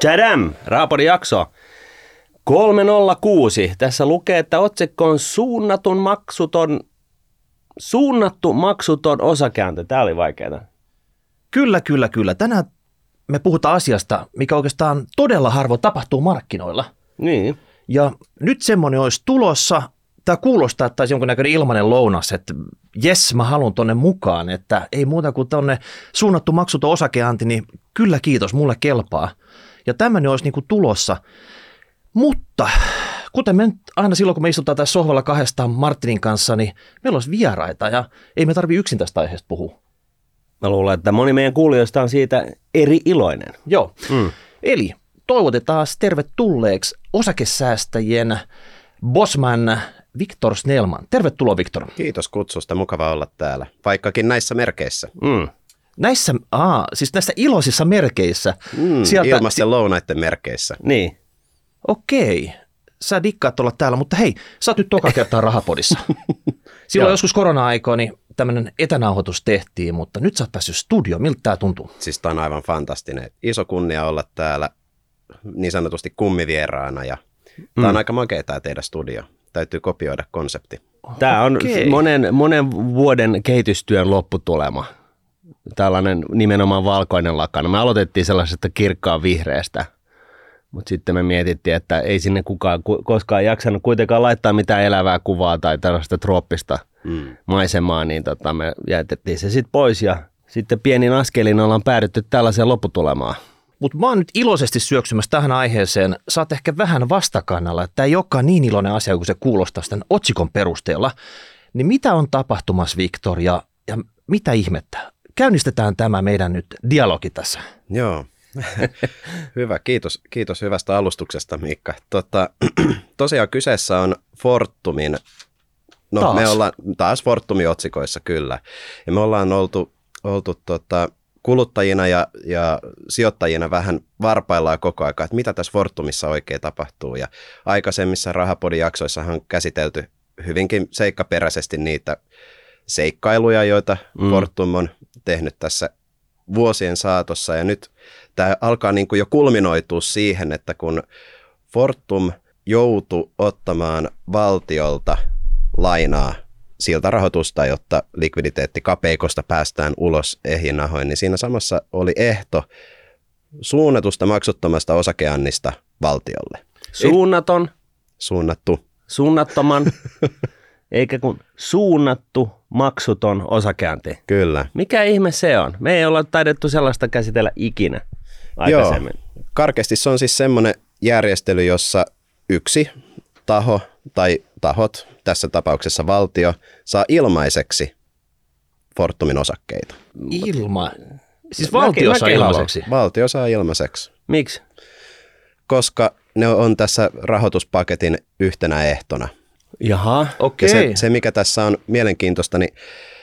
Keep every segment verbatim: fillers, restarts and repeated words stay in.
Tadam! Rahapodin jakso kolmesataakuusi. Tässä lukee, että otsikko on suunnatun maksuton, suunnattu maksuton osakeanti. Tämä oli vaikeaa. Kyllä, kyllä, kyllä. Tänään me puhutaan asiasta, mikä oikeastaan todella harvoin tapahtuu markkinoilla. Niin. Ja nyt semmoinen olisi tulossa. Tämä kuulostaa, että olisi jonkinnäköinen ilmainen lounas, että jes, mä haluan tonne mukaan, että ei muuta kuin tonne suunnattu maksuton osakeanti, niin kyllä kiitos, mulle kelpaa. Ja tämmöinen olisi niin kuin tulossa. Mutta kuten me nyt aina silloin, kun me istutaan tässä sohvalla kahdestaan Martinin kanssa, niin meillä olisi vieraita ja ei me tarvitse yksin tästä aiheesta puhua. Mä luulen, että moni meidän kuulijoista on siitä eri iloinen. Joo, mm. Eli toivotetaan tervetulleeksi osakesäästäjien bossman Viktor Snellman. Tervetuloa, Viktor. Kiitos kutsusta, mukava olla täällä, vaikkakin näissä merkeissä. Mm. Näissä, aa, siis näissä iloisissa merkeissä. Mm, sieltä, ilmaisten lounaiden merkeissä. Niin. Okei, sä dikkaat olla täällä, mutta hei, sä oot nyt toka kertaa Rahapodissa. Silloin joskus korona-aikoina niin tämmöinen etänauhoitus tehtiin, mutta nyt sä oot päässyt studioon. Miltä tää tuntuu? Siis tää on aivan fantastinen. Iso kunnia olla täällä niin sanotusti kummivieraana ja tää on mm. aika makea tää teidän studio. Täytyy kopioida konsepti. Tämä on okay. monen, monen vuoden kehitystyön lopputulema. Tällainen nimenomaan valkoinen lakana. Me aloitettiin sellaisesta kirkkaan vihreästä, mutta sitten me mietittiin, että ei sinne kukaan koskaan jaksanut kuitenkaan laittaa mitään elävää kuvaa tai tällaista trooppista mm. maisemaa, niin tota me jätettiin se sitten pois ja sitten pienin askelin ollaan päädytty tällaiseen lopputulemaan. Mutta mä oon nyt iloisesti syöksymässä tähän aiheeseen. Sä oot ehkä vähän vastakannalla, että tämä ei olekaan niin iloinen asia kuin se kuulostaa tämän otsikon perusteella. Niin mitä on tapahtumassa, Viktor, ja, ja mitä ihmettä? Käynnistetään tämä meidän nyt dialogi tässä. Joo, hyvä. Kiitos, kiitos hyvästä alustuksesta, Miikka. Tota, tosiaan kyseessä on Fortumin, no taas. me ollaan taas Fortumin otsikoissa kyllä, ja me ollaan oltu, oltu tota, kuluttajina ja, ja sijoittajina vähän varpaillaan koko ajan, että mitä tässä Fortumissa oikein tapahtuu. Ja aikaisemmissa Rahapodin jaksoissahan on käsitelty hyvinkin seikkaperäisesti niitä seikkailuja, joita mm. Fortum on tehnyt tässä vuosien saatossa. Ja nyt tämä alkaa niin kuin jo kulminoitua siihen, että kun Fortum joutui ottamaan valtiolta lainaa siltä rahoitusta, jotta likviditeettikapeikosta päästään ulos ehjinahoin, niin siinä samassa oli ehto suunnatusta maksuttomasta osakeannista valtiolle. Suunnaton. Suunnattu. Suunnattoman, eikä kun suunnattu maksuton osakeanti. Kyllä. Mikä ihme se on? Me ei olla taidettu sellaista käsitellä ikinä aikaisemmin. Joo. Karkeasti se on siis semmoinen järjestely, jossa yksi taho tai tahot, tässä tapauksessa valtio, saa ilmaiseksi Fortumin osakkeita. Ilma? Siis valtio saa ilmaiseksi? Valtio saa ilmaiseksi. Miksi? Koska ne on tässä rahoituspaketin yhtenä ehtona. Jaha, okei. Okay. Se, se, mikä tässä on mielenkiintoista, niin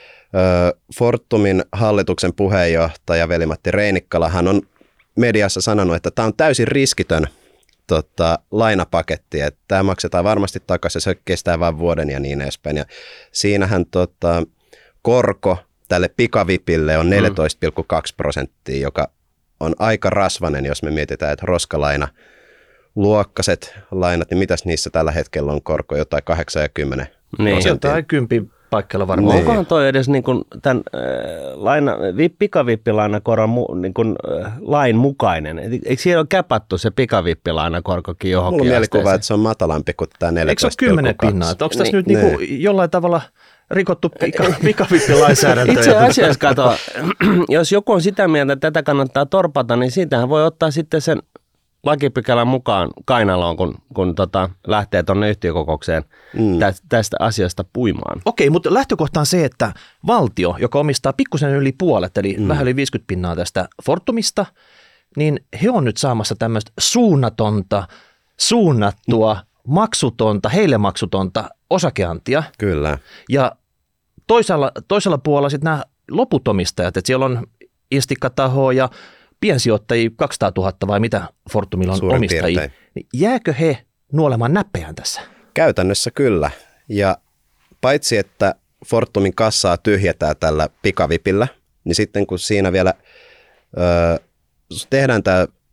ö, Fortumin hallituksen puheenjohtaja Veli-Matti Reinikkala, hän on mediassa sanonut, että tämä on täysin riskitön Tota, lainapaketti, että tämä maksetaan varmasti takaisin, se kestää vain vuoden ja niin edespäin. Ja siinähän tota, korko tälle pikavipille on neljätoista pilkku kaksi prosenttia, joka on aika rasvainen, jos me mietitään, että roskalaina, luokkaset lainat, niin mitäs niissä tällä hetkellä on korko, jotain kahdeksan ja kymmenen niin. prosenttia. Jotain kympin paikalla varmaan. Niin. Onkohan toi edes niin kuin tämän äh, laina, pikavippilainakoron mu, niin kuin, äh, lain mukainen? Eikö siellä ole käpattu se pikavippilainakorkokin johonkin? Mulla on mielikuva, että se on matalampi kuin tämä neljätoista pilkku kaksi. Eikö se ole kymmenen pinnaa? Onko tässä niin, nyt niin kuin jollain tavalla rikottu pika, pikavippilainsäädäntöä? Itse asiassa kato, jos joku on sitä mieltä, että tätä kannattaa torpata, niin siitähän voi ottaa sitten sen lakipykälän mukaan kainaloon, kun, kun tota, lähtee tuonne yhtiökokoukseen mm. tä, tästä asiasta puimaan. Okei, mutta lähtökohta on se, että valtio, joka omistaa pikkusen yli puolet, eli mm. vähän yli viisikymmentä pinnaa tästä Fortumista, niin he on nyt saamassa tämmöistä suunnatonta, suunnattua, mm. maksutonta, heille maksutonta osakeantia. Kyllä. Ja toisella, toisella puolella sitten nämä loputomistajat, että siellä on Instikka-taho ja piensijoittajia kaksisataatuhatta vai mitä Fortumilla on suurin omistajia, niin jääkö he nuolemaan näppejään tässä? Käytännössä kyllä. Ja paitsi, että Fortumin kassaa tyhjätään tällä pikavipillä, niin sitten kun siinä vielä ö, tehdään tämä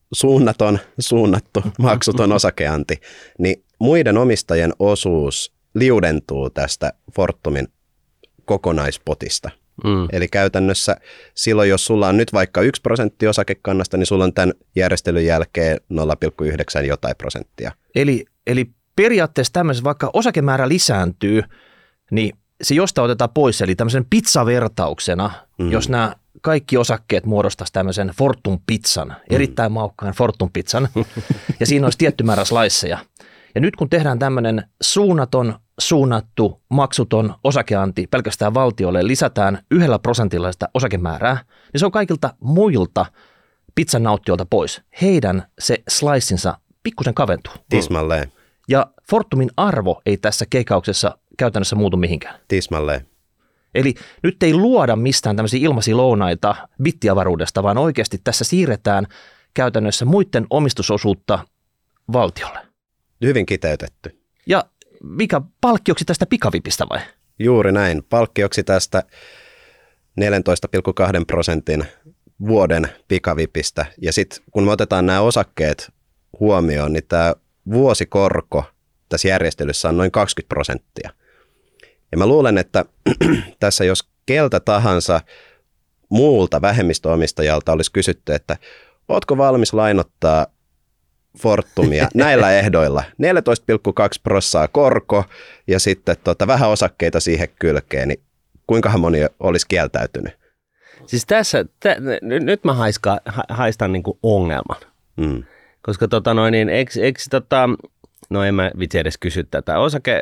suunnaton, suunnattu, maksuton osakeanti, niin muiden omistajien osuus liudentuu tästä Fortumin kokonaispotista. Mm. Eli käytännössä silloin, jos sulla on nyt vaikka yksi prosentti osakekannasta, niin sulla on tämän järjestelyn jälkeen nolla pilkku yhdeksän jotain prosenttia. Eli, eli periaatteessa tämmöisessä, vaikka osakemäärä lisääntyy, niin se jostain otetaan pois, eli tämmöisen pizzavertauksena, mm. jos nämä kaikki osakkeet muodostaisi tämmöisen Fortum-pizzan, erittäin maukkaan Fortum-pizzan, ja siinä olisi tietty määrä sliceja. Ja nyt kun tehdään tämmöinen suunnaton, suunnattu, maksuton osakeanti pelkästään valtiolle, lisätään yhdellä prosentilla sitä osakemäärää, niin se on kaikilta muilta pizzan nauttijoilta pois. Heidän se slicinsa pikkusen kaventuu. Tismalleen. Ja Fortumin arvo ei tässä keikauksessa käytännössä muutu mihinkään. Tismalleen. Eli nyt ei luoda mistään tämmöisiä ilmaisia lounaita bittiavaruudesta, vaan oikeasti tässä siirretään käytännössä muiden omistusosuutta valtiolle. Hyvin kiteytetty. Ja mikä palkkioksi tästä pikavipistä vai? Juuri näin. Palkkioksi tästä neljätoista pilkku kaksi prosentin vuoden pikavipistä. Ja sitten kun me otetaan nämä osakkeet huomioon, niin tämä vuosikorko tässä järjestelyssä on noin kaksikymmentä prosenttia. Ja mä luulen, että tässä jos keltä tahansa muulta vähemmistöomistajalta olisi kysytty, että ootko valmis lainottaa Fortumia näillä ehdoilla, neljätoista pilkku kaksi prosenttia korko ja sitten tota, vähän osakkeita siihen kylkeen, niin kuinkahan moni olisi kieltäytynyt? Siis tässä, t- nyt mä haiskaan, ha, haistan niinku ongelman, mm. koska tota noin, niin, eikö, eikö tota, no en mä vitsi edes kysy tätä, osake,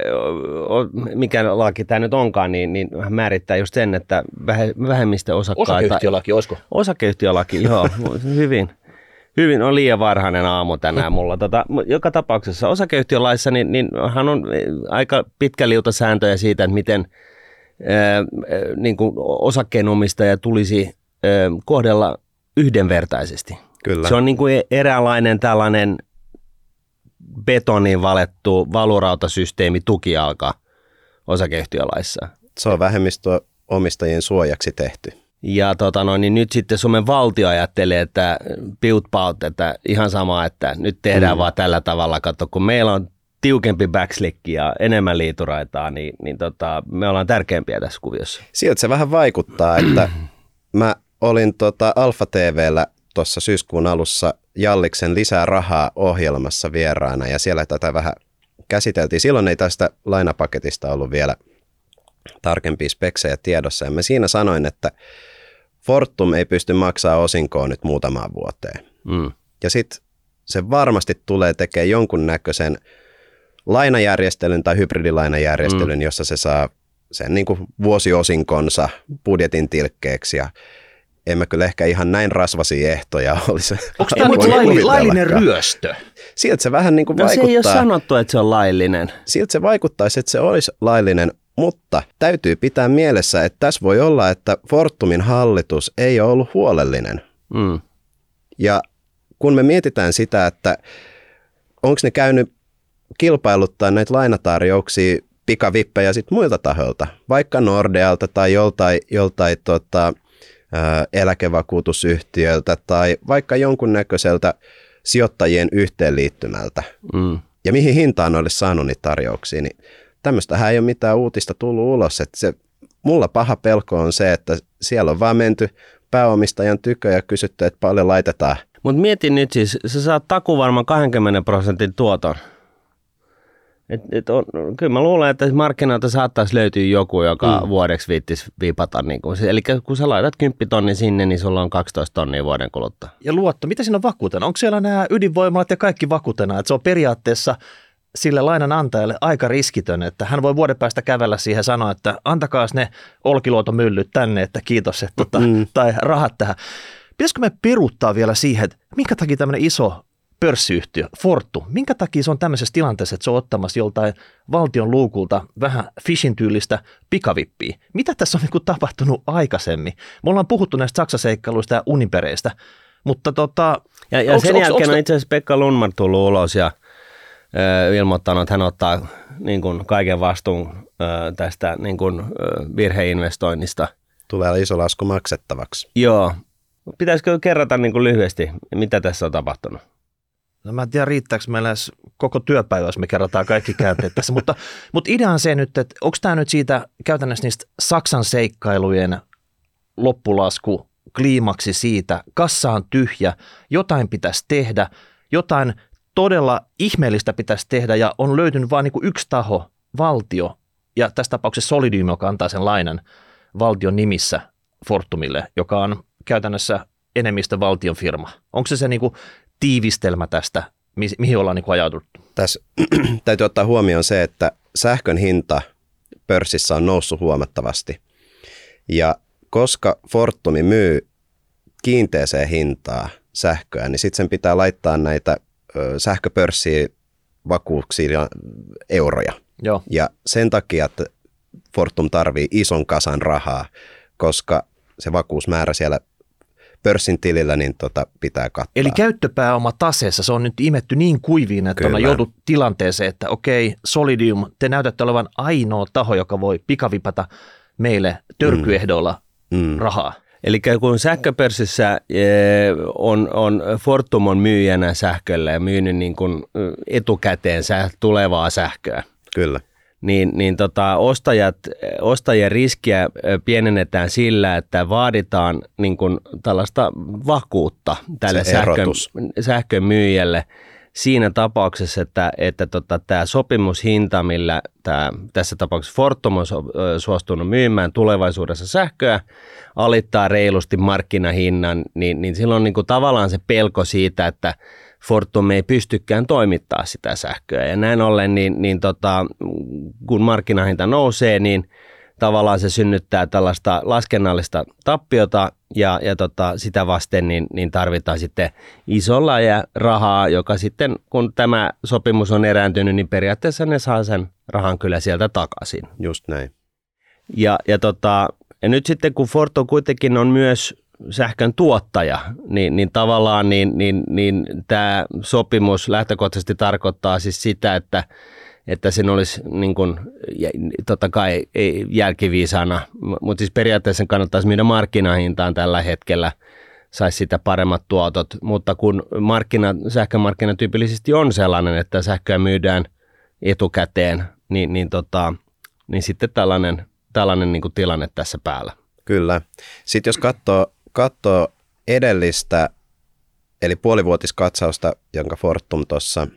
mikä laki tämä nyt onkaan, niin, niin määrittää just sen, että vähemmistöosakkaita. Osakeyhtiölaki, olisiko? Osakeyhtiölaki, joo, hyvin. Hyvin, on liian varhainen aamu tänään mulla. Tota, joka tapauksessa osakeyhtiölaissa niin, niin hän on aika pitkä liuta sääntöjä siitä, että miten ää, niin kuin osakkeenomistaja tulisi ää, kohdella yhdenvertaisesti. Kyllä. Se on niin kuin eräänlainen tällainen betoniin valettu valurautasysteemi tukijalka osakeyhtiölaissa. Se on vähemmistöomistajien suojaksi tehty. Ja tota no, niin nyt sitten Suomen valtio ajattelee, että piut-paut, että ihan sama, että nyt tehdään mm. vaan tällä tavalla. Katso, kun meillä on tiukempi backslick ja enemmän liituraitaa, niin, niin tota, me ollaan tärkeämpiä tässä kuviossa. Siltä se vähän vaikuttaa, että mä olin tota Alfa T V:llä tuossa syyskuun alussa Jalliksen Lisää rahaa -ohjelmassa vieraana ja siellä tätä vähän käsiteltiin. Silloin ei tästä lainapaketista ollut vielä tarkempia speksejä tiedossa ja mä siinä sanoin, että Fortum ei pysty maksamaan osinkoa nyt muutamaan vuoteen. Mm. Ja sitten se varmasti tulee tekemään jonkunnäköisen lainajärjestelyn tai hybridilainajärjestelyn, mm. jossa se saa sen niin kuin vuosiosinkonsa budjetin tilkkeeksi ja en mä kyllä ehkä ihan näin rasvaisia ehtoja olisi. Onko tämä nyt laillinen, laillinen ryöstö? Siltä se vähän niin kuin no, vaikuttaa. Se ei ole sanottu, että se on laillinen. Siltä se vaikuttaisi, että se olisi laillinen, mutta täytyy pitää mielessä, että tässä voi olla, että Fortumin hallitus ei ole ollut huolellinen. Mm. Ja kun me mietitään sitä, että onko ne käynyt kilpailuttaa näitä lainatarjouksia, pikavippejä sitten muilta tahoilta, vaikka Nordealta tai joltain, joltain tota, ää, eläkevakuutusyhtiöltä tai vaikka jonkunnäköiseltä sijoittajien yhteenliittymältä. Mm. Ja mihin hintaan olisi saanut niitä tarjouksia, niin tämmöistähän ei ole mitään uutista tullut ulos. Että se, mulla paha pelko on se, että siellä on vaan menty pääomistajan tykö ja kysytty, että paljon laitetaan. Mutta mietin nyt siis, sä saat takuvarman kaksikymmentä prosentin tuoton. Et, et on, kyllä mä luulen, että markkinoilta saattaisi löytyä joku, joka mm. vuodeksi viittisi viipata. Niin kun, eli kun sä laitat kymmenen tonnia sinne, niin sulla on kaksitoista tonnia vuoden kuluttua. Ja luotto, mitä siinä on vakuutena? Onko siellä nämä ydinvoimalat ja kaikki vakuutena? Että se on periaatteessa sille lainanantajalle aika riskitön, että hän voi vuoden päästä kävellä siihen ja sanoa, että antakaas ne Olkiluoto-myllyt tänne, että kiitos, että tota, mm. tai rahat tähän. Pitäisikö me peruuttaa vielä siihen, että minkä takia tämmöinen iso pörssiyhtiö, Fortum, minkä takia se on tämmöisessä tilanteessa, että se on ottamassa joltain valtion luukulta vähän fishin-tyylistä pikavippiä? Mitä tässä on niin kuin tapahtunut aikaisemmin? Me ollaan puhuttu näistä saksaseikkailuista ja unipereistä, mutta tota... Ja, ja onks, sen onks, jälkeen onks, on itse asiassa Pekka Lundmark tullut ulos ja ö, ilmoittanut, että hän ottaa niin kuin kaiken vastuun ö, tästä niin kuin, ö, virheinvestoinnista. Tulee iso lasku maksettavaksi. Joo. Pitäisikö kerrata niin kuin lyhyesti, mitä tässä on tapahtunut? No mä en tiedä, riittääkö meillä edes koko työpäivä, jos me kerrotaan kaikki käänteet tässä, mutta, mutta idea on se nyt, että onko tämä nyt siitä käytännössä niistä Saksan seikkailujen loppulasku, kliimaksi siitä, kassa on tyhjä, jotain pitäisi tehdä, jotain todella ihmeellistä pitäisi tehdä ja on löytynyt vain niin kuin yksi taho, valtio ja tässä tapauksessa Solidium, joka antaa sen lainan valtion nimissä Fortumille, joka on käytännössä enemmistö valtion firma. Onko se se niin kuin tiivistelmä tästä, mi- mihin ollaan niin kuin ajauduttu? Tässä täytyy ottaa huomioon se, että sähkön hinta pörssissä on noussut huomattavasti ja koska Fortumi myy kiinteeseen hintaa sähköä, niin sitten sen pitää laittaa näitä ö, sähköpörssiin vakuuksia euroja. Joo. Ja sen takia, että Fortum tarvii ison kasan rahaa, koska se vakuusmäärä siellä pörssin tilillä niin tota pitää kattaa. Eli käyttöpääoma taseessa, se on nyt imetty niin kuiviin, että on joudut tilanteeseen, että okei, Solidium, te näytätte olevan ainoa taho, joka voi pikavipata meille törkyehdoilla mm. rahaa. Eli kun sähköpörssissä on, on Fortum on myyjänä sähkölle ja myynyt niin kuin etukäteen tulevaa sähköä. Kyllä. Niin, niin tota, ostajat, ostajien riskiä pienennetään sillä, että vaaditaan niin kuin tällaista vakuutta tälle sähkön, sähkön myyjälle siinä tapauksessa, että, että tota, tämä sopimushinta, millä tämä, tässä tapauksessa Fortum on suostunut myymään tulevaisuudessa sähköä, alittaa reilusti markkinahinnan, niin, niin silloin niin kuin tavallaan se pelko siitä, että Fortum ei pystykään toimittaa sitä sähköä. Ja näin ollen, niin, niin tota, kun markkinahinta nousee, niin tavallaan se synnyttää tällaista laskennallista tappiota ja, ja tota, sitä vasten niin, niin tarvitaan sitten isolla ja rahaa, joka sitten kun tämä sopimus on erääntynyt, niin periaatteessa ne saa sen rahan kyllä sieltä takaisin. Just näin. Ja, ja, tota, ja nyt sitten kun Fortum kuitenkin on myös sähkön tuottaja, niin, niin tavallaan niin, niin, niin tämä sopimus lähtökohtaisesti tarkoittaa siis sitä, että että sen olisi niin kuin, totta kai ei jälkiviisana, mutta siis periaatteessa sen kannattaisi myydä markkinahintaan tällä hetkellä, saisi sitä paremmat tuotot, mutta kun markkina, sähkömarkkina tyypillisesti on sellainen, että sähköä myydään etukäteen, niin, niin, tota, niin sitten tällainen, tällainen niin kuin tilanne tässä päällä. Kyllä. Sitten jos katsoo, katsoo edellistä, eli puolivuotiskatsausta, jonka Fortum tuossa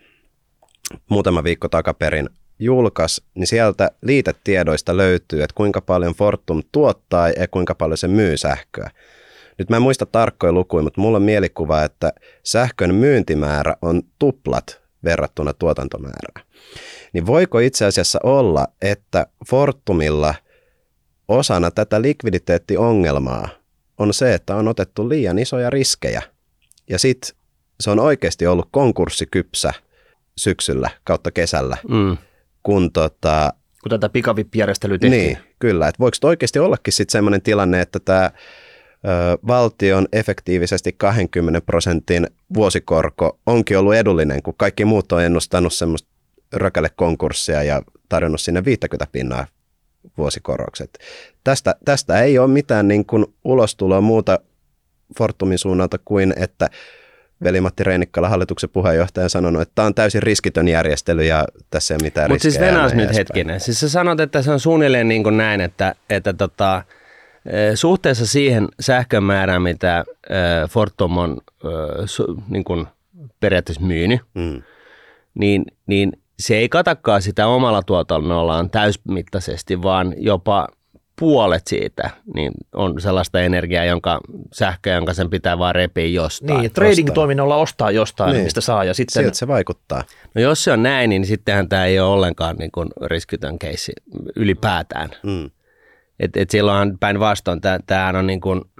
muutama viikko takaperin julkaisi, niin sieltä liitetiedoista löytyy, että kuinka paljon Fortum tuottaa ja kuinka paljon se myy sähköä. Nyt mä en muista tarkkoja lukuja, mutta mulla on mielikuva, että sähkön myyntimäärä on tuplat verrattuna tuotantomäärään. Niin voiko itse asiassa olla, että Fortumilla osana tätä likviditeettiongelmaa on se, että on otettu liian isoja riskejä ja sitten se on oikeasti ollut konkurssikypsä syksyllä kautta kesällä, mm. kun, tota, kun tätä pikavippijärjestelyä tehtiin. Niin, kyllä. Että voiko oikeasti ollakin sitten sellainen tilanne, että tämä ö, valtion efektiivisesti kaksikymmentä prosentin vuosikorko onkin ollut edullinen, kun kaikki muut on ennustanut semmoista rökälekonkurssia ja tarjonnut sinne viisikymmentä pinnaa vuosikorokset. Tästä, tästä ei ole mitään niin kuin ulostuloa muuta Fortumin suunnalta kuin, että Veli-Matti Reinikkala, hallituksen puheenjohtaja, on sanonut, että tämä on täysin riskitön järjestely ja tässä ei ole mitään Mut riskejä. Mutta siis venäs nyt hetkinen. Siis sä sanot, että se on suunnilleen niin kuin näin, että, että tota, suhteessa siihen sähkön määrään, mitä Fortum on niin kuin periaatteessa myynyt, mm. niin, niin se ei katakaan sitä omalla tuotannollaan täysmittaisesti, vaan jopa puolet siitä niin on sellaista energiaa, jonka sähköä, jonka sen pitää vaan repiä jostain. Niin, trading-toiminnolla ostaa jostain, niin. Mistä saa. Ja sitten siltä se vaikuttaa. No jos se on näin, niin sittenhän tämä ei ole ollenkaan niin kuin riskitön keissi ylipäätään. Mm. Et, et silloinhan päinvastoin, tämähän on niin kuin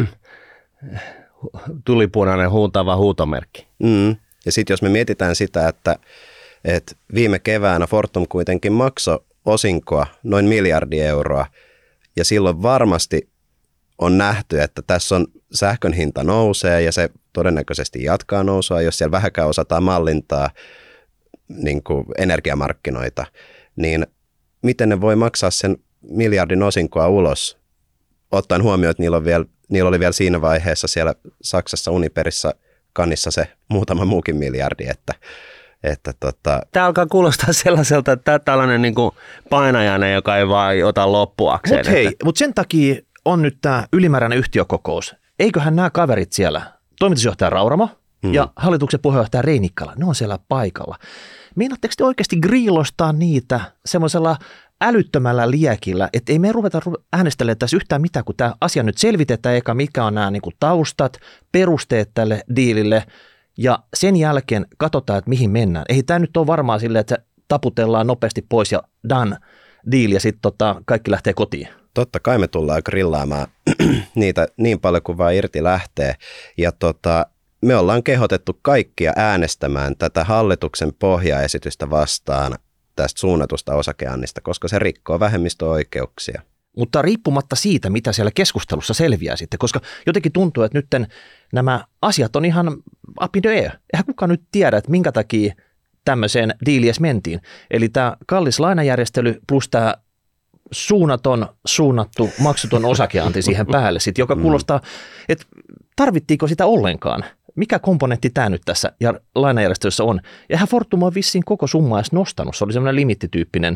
tulipunainen huutava huutomerkki. Mm. Ja sitten jos me mietitään sitä, että, että viime keväänä Fortum kuitenkin maksoi osinkoa noin miljardi euroa, ja silloin varmasti on nähty, että tässä on sähkön hinta nousee ja se todennäköisesti jatkaa nousua, jos siellä vähänkään osataan mallintaa niin kuin energiamarkkinoita, niin miten ne voi maksaa sen miljardin osinkoa ulos, ottaen huomioon, että niillä on vielä niillä oli vielä siinä vaiheessa siellä Saksassa Uniperissa kannissa se muutama muukin miljardi, että Että tota... Tämä alkaa kuulostaa sellaiselta, että tämä tällainen niin kuin painajainen, joka ei vaan ota loppuakseen. Mutta hei, että... mutta sen takia on nyt tämä ylimääräinen yhtiökokous. Eiköhän nämä kaverit siellä, toimitusjohtaja Rauramo mm. ja hallituksen puheenjohtaja Reinikkala, ne on siellä paikalla. Meinaatteko te oikeasti griilostaa niitä semmoisella älyttömällä liekillä, että ei me ruveta äänestelemään tässä yhtään mitään, kun tämä asia nyt selvitetään, eikä mikä on nämä niin kuin taustat, perusteet tälle diilille, ja sen jälkeen katsotaan, että mihin mennään. Ei tämä nyt ole varmaan silleen, että se taputellaan nopeasti pois ja done deal ja sitten tota, kaikki lähtee kotiin. Totta kai me tullaan grillaamaan niitä niin paljon kuin vaan irti lähtee. Ja tota, me ollaan kehotettu kaikkia äänestämään tätä hallituksen pohjaesitystä vastaan tästä suunnatusta osakeannista, koska se rikkoo vähemmistöoikeuksia. Mutta riippumatta siitä, mitä siellä keskustelussa selviää sitten, koska jotenkin tuntuu, että nyt nämä asiat on ihan up in the air. Eihän kukaan nyt tiedä, että minkä takia tämmöiseen diilies mentiin. Eli tämä kallis lainajärjestely plus tämä suunnaton, suunnattu, maksuton osakeanti siihen päälle, sit, joka kuulostaa, että tarvittiinko sitä ollenkaan. Mikä komponentti tämä nyt tässä ja lainajärjestelyssä on? Eihän Fortum on vissiin koko summa edes nostanut, se oli semmoinen limittityyppinen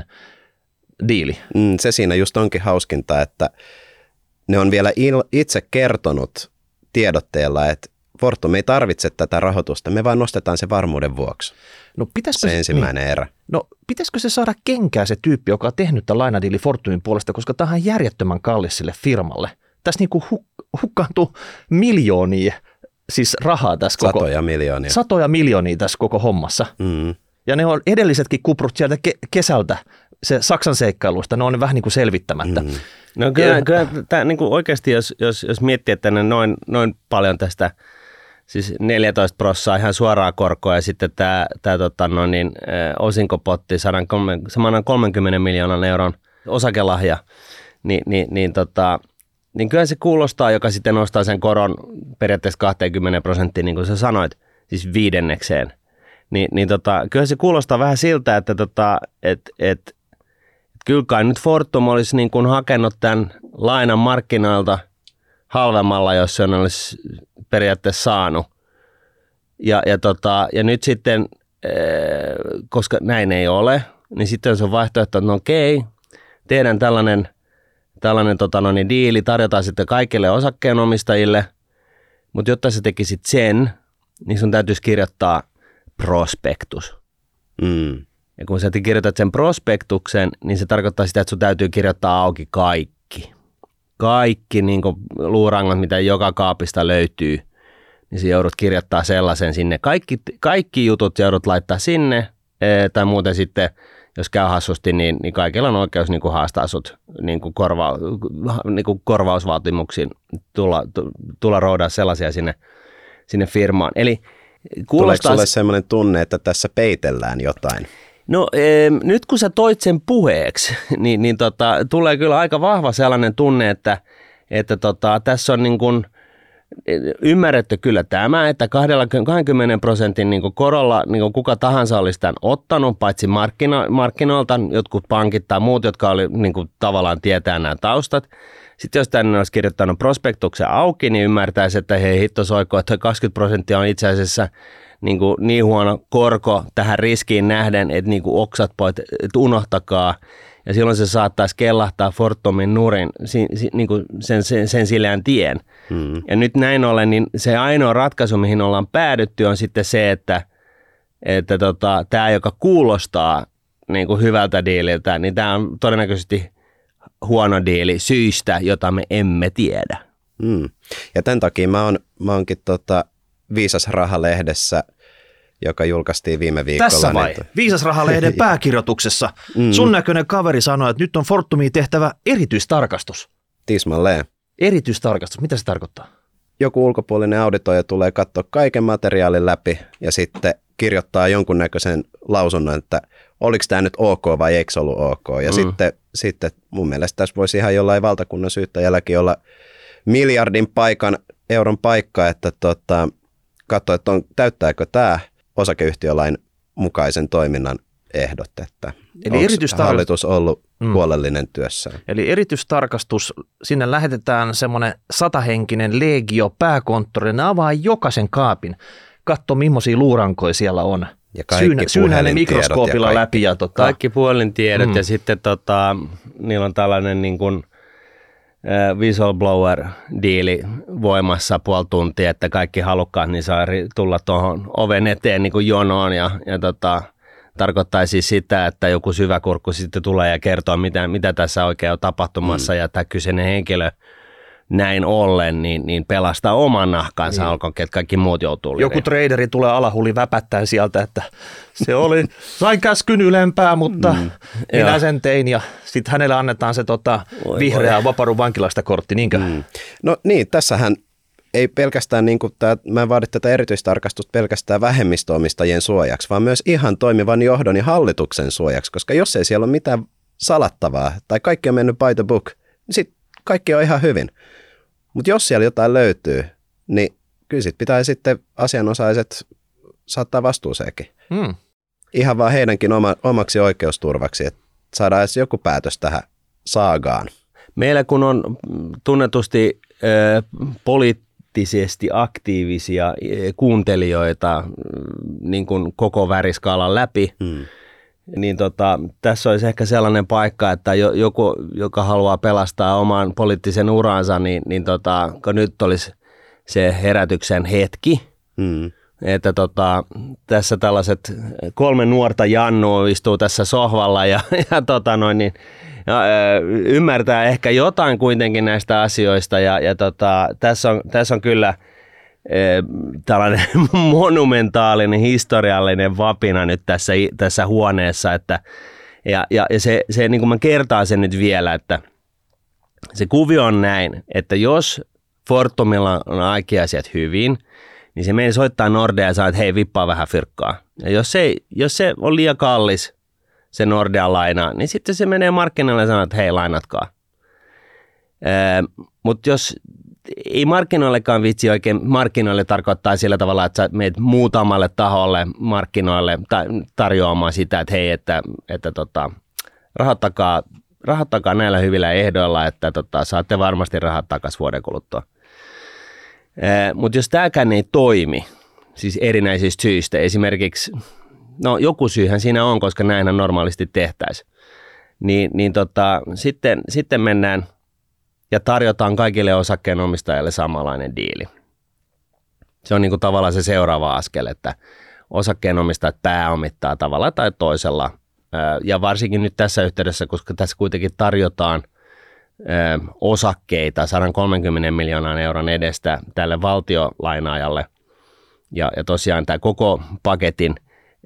diili. Mm, se siinä just onkin hauskinta, että ne on vielä il- itse kertonut tiedotteella, että Fortum ei tarvitse tätä rahoitusta, me vaan nostetaan se varmuuden vuoksi. No, pitäisikö se ensimmäinen niin. erä. No pitäisikö se saada kenkää se tyyppi, joka on tehnyt tämän lainadiili Fortumin puolesta, koska tämä on järjettömän kallis sille firmalle. Tässä niin kuin huk- hukkaantuu miljoonia siis rahaa tässä koko. Satoja miljoonia. Satoja miljoonia tässä koko hommassa. Mm. Ja ne on edellisetkin kuprut sieltä ke- kesältä, se Saksan seikkailusta, ne on vähän niin kuin selvittämättä. Mm. No kyllä, kyllä tämä, niin kuin oikeasti, jos, jos, jos miettii, että ne noin, noin paljon tästä, siis neljätoista prosenttia ihan suoraa korkoa ja sitten tämä, tämä tota, no niin, osinkopotti, samana kolmenkymmenen miljoonan euron osakelahja, niin, niin, niin, tota, niin kyllä se kuulostaa, joka sitten nostaa sen koron periaatteessa kaksikymmentä prosenttia, niin kuin sä sanoit, siis viidennekseen. Niin, niin tota, kyllä se kuulostaa vähän siltä, että tota, et, et, kyllä kai nyt Fortum olisi niin kuin hakenut tämän lainan markkinoilta halvemmalla, jos se on olisi periaatteessa saanut. Ja, ja, tota, ja nyt sitten, koska näin ei ole, niin sitten se on vaihtoehto, että no okei, tehdään tällainen, tällainen tota no niin, diili, tarjotaan sitten kaikille osakkeenomistajille, mutta jotta sä tekisit sen, niin sun täytyisi kirjoittaa prospektus. Mm. Ja kun sä kirjoitat sen prospektuksen, niin se tarkoittaa sitä, että sun täytyy kirjoittaa auki kaikki. Kaikki niin kuin luurangot, mitä joka kaapista löytyy, niin sä joudut kirjoittaa sellaisen sinne. Kaikki, kaikki jutut joudut laittaa sinne, tai muuten sitten, jos käy hassusti, niin, niin kaikilla on oikeus niin kuin haastaa sut niin kuin korva, niin kuin korvausvaatimuksiin tulla, tulla roudaa sellaisia sinne, sinne firmaan. Eli tuleeko sulle sellainen tunne, että tässä peitellään jotain? No e, nyt kun sä toit sen puheeksi, niin, niin tota, tulee kyllä aika vahva sellainen tunne, että, että tota, tässä on niin kuin ymmärretty kyllä tämä, että kaksikymmentä prosentin niin kuin korolla niin kuin kuka tahansa olisi tämän ottanut, paitsi markkino, markkinoilta, jotkut pankit tai muut, jotka oli niin kuin tavallaan tietää nämä taustat. Sitten jos tänne olisi kirjoittanut prospektuksen auki, niin ymmärtäisi, että hei hitto soiko, että kaksikymmentä prosenttia on itse asiassa niin, kuin niin huono korko tähän riskiin nähden, että niin kuin oksat poit, että unohtakaa. Ja silloin se saattaisi kellahtaa Fortumin nurin niin kuin sen, sen, sen sileän tien. Hmm. Ja nyt näin ollen, niin se ainoa ratkaisu, mihin ollaan päädytty, on sitten se, että, että tota, tämä, joka kuulostaa niin kuin hyvältä diililtä, niin tämä on todennäköisesti huono diili syistä, jota me emme tiedä. Hmm. Ja tämän takia mä, on, mä oonkin tota Viisas Raha-lehdessä, joka julkaistiin viime viikolla. Tässä vai? Niin... Viisas Raha-lehden pääkirjoituksessa. Mm. Sun näköinen kaveri sanoi, että nyt on Fortumiin tehtävä erityistarkastus. Tismalleen. Erityistarkastus, mitä se tarkoittaa? Joku ulkopuolinen auditoija tulee katsoa kaiken materiaalin läpi ja sitten kirjoittaa jonkunnäköisen lausunnon, että oliko tämä nyt ok vai eikö ollut ok. Ja mm. sitten, sitten mun mielestä tässä voisi ihan jollain valtakunnan syyttäjälläkin olla miljardin paikan, euron paikka, että tota, katsoa, että on, täyttääkö tämä osakeyhtiölain mukaisen toiminnan ehdot, että onko hallitus ollut mm. huolellinen työssään. Eli erityistarkastus, sinne lähetetään semmoinen satahenkinen legio pääkonttoriin, ne avaa jokaisen kaapin, katso millaisia luurankoja siellä on. Ja kaikki syynää ne mikroskoopilla ja läpi. Ja tota, kaikki puhelintiedot mm. ja sitten tota, niillä on tällainen niin kuin whistleblower-diili voimassa puoli tuntia, että kaikki halukkaat niin saa tulla tuohon oven eteen niin kuin jonoon ja, ja tota, tarkoittaa siis sitä, että joku syväkurkku sitten tulee ja kertoo, mitä, mitä tässä oikein on tapahtumassa mm. ja tämä kyseinen henkilö näin ollen, niin, niin pelastaa oman nahkansa, niin. Olkoon, että kaikki muut joutuu liviin. Joku traderi tulee alahuli väpättäen sieltä, että se oli, sain käskyn ylempää, mutta mm. minä Joo. sen tein ja sitten hänelle annetaan se tota, vihreä Vaparun vankilasta kortti, niinkö? Mm. No niin, tässähän ei pelkästään, niin kuin tämä, mä en vaadi tätä erityistarkastusta pelkästään vähemmistöomistajien suojaksi, vaan myös ihan toimivan johdon ja hallituksen suojaksi, koska jos ei siellä ole mitään salattavaa tai kaikki on mennyt by the book, niin sitten kaikki on ihan hyvin. Mutta jos siellä jotain löytyy, niin kyllä sit pitää sitten asianosaiset saattaa vastuuseenkin. Hmm. Ihan vaan heidänkin oma, omaksi oikeusturvaksi, että saadaan edes joku päätös tähän saagaan. Meillä kun on tunnetusti äh, poliittisesti aktiivisia kuuntelijoita niin kuin koko väriskaalan läpi, hmm. niin tota, tässä olisi ehkä sellainen paikka, että joku, joka haluaa pelastaa oman poliittisen uransa, niin, niin tota, kun nyt olisi se herätyksen hetki, mm. että tota, tässä tällaiset kolme nuorta Jannua istuu tässä sohvalla ja, ja, tota noin, niin, ja ymmärtää ehkä jotain kuitenkin näistä asioista ja, ja tota, tässä, on, tässä on kyllä tällainen monumentaalinen, historiallinen vapina nyt tässä, tässä huoneessa, että, ja, ja, ja se, se niin kuin mä kertaan sen nyt vielä, että se kuvio on näin, että jos Fortumilla on kaikki asiat hyvin, niin se menee soittaa Nordea ja sanoo, että hei, vippaa vähän fyrkkaa. Ja jos se, jos se on liian kallis, se Nordean laina, niin sitten se menee markkinoille ja sanoo, että hei, lainatkaa. Mutta jos ei markkinoillekaan vitsi oikein, markkinoille tarkoittaa sillä tavalla, että sä meet muutamalle taholle markkinoille tarjoamaan sitä, että hei, että, että tota, rahoittakaa, rahoittakaa näillä hyvillä ehdoilla, että tota, saatte varmasti rahat takaisin vuoden kuluttua. Mutta jos tämäkään ei toimi, siis erinäisistä syistä, esimerkiksi, no joku syyhän siinä on, koska näinhän normaalisti tehtäisiin, niin, niin tota, sitten, sitten mennään ja tarjotaan kaikille osakkeenomistajille samanlainen diili. Se on niin kuin tavallaan se seuraava askel, että osakkeenomistajat pääomittaa tavalla tai toisella. Ja varsinkin nyt tässä yhteydessä, koska tässä kuitenkin tarjotaan osakkeita sata kolmekymmentä miljoonan euron edestä tälle valtiolainaajalle. Ja, ja tosiaan tämä koko paketin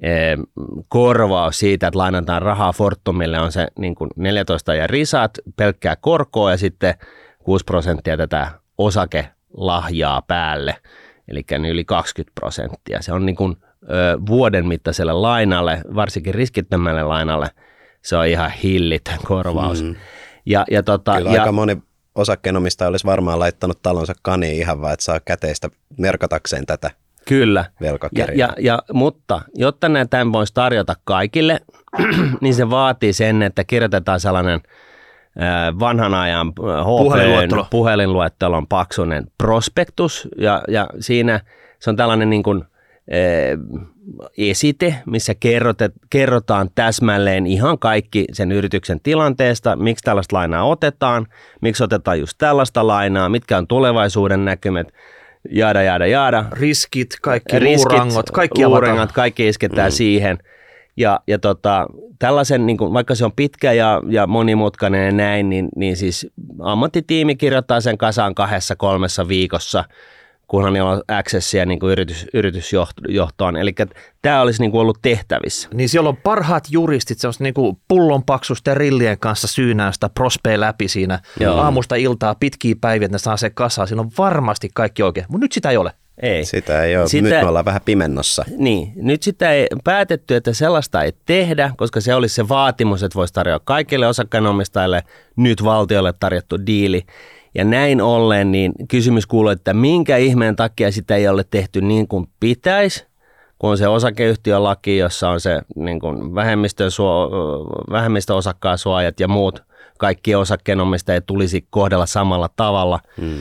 korvaus siitä, että lainataan rahaa Fortumille on se niin kuin neljätoista ja risat, pelkkää korkoa ja sitten kuusi prosenttia tätä osakelahjaa päälle, eli yli kaksikymmentä prosenttia. Se on niin kuin, ö, vuoden mittaiselle lainalle, varsinkin riskittömälle lainalle, se on ihan hillitön korvaus. Mm. Ja, ja tota, Kyllä ja, aika moni osakkeenomistaja olisi varmaan laittanut talonsa kaniin ihan vaan, että saa käteistä merkatakseen tätä. Kyllä, ja, ja, ja, mutta jotta tämän voisi tarjota kaikille, niin se vaatii sen, että kirjoitetaan sellainen äh, vanhan ajan H P puhelinluettelon paksuinen prospektus, ja, ja siinä se on tällainen niin kuin, äh, esite, missä kerrotet, kerrotaan täsmälleen ihan kaikki sen yrityksen tilanteesta, miksi tällaista lainaa otetaan, miksi otetaan just tällaista lainaa, mitkä on tulevaisuuden näkymät, jaada, jaada, jaada. Riskit, kaikki Riskit, luurangot, kaikki luurangot, kaikki isketään mm. siihen. Ja, ja tota, tällaisen, niin kuin, vaikka se on pitkä ja, ja monimutkainen ja näin, niin, niin siis ammattitiimi kirjoittaa sen kasaan kahdessa, kolmessa viikossa, kunhan niillä on accessia niin kuin yritys, yritysjohtoon. Eli tämä olisi niin kuin ollut tehtävissä. Niin siellä on parhaat juristit, se on niin kuin pullonpaksusten rillien kanssa syynään sitä prospea läpi siinä. Joo. Aamusta iltaa, pitkiä päiviä, että ne saa se kasaan. Siinä on varmasti kaikki oikein, mutta nyt sitä ei ole. Ei. Sitä ei ole. Sitä, nyt me ollaan vähän pimennossa. Niin, nyt sitä ei päätetty, että sellaista ei tehdä, koska se olisi se vaatimus, että voisi tarjota kaikille osakkeenomistajille nyt valtiolle tarjottu diili. Ja näin ollen, niin kysymys kuuluu, että minkä ihmeen takia sitä ei ole tehty niin kuin pitäisi, kun on se osakeyhtiölaki, jossa on se niin kuin vähemmistön suo, vähemmistöosakkaan suojat ja muut, kaikki osakkeenomistajat tulisi kohdella samalla tavalla. Hmm.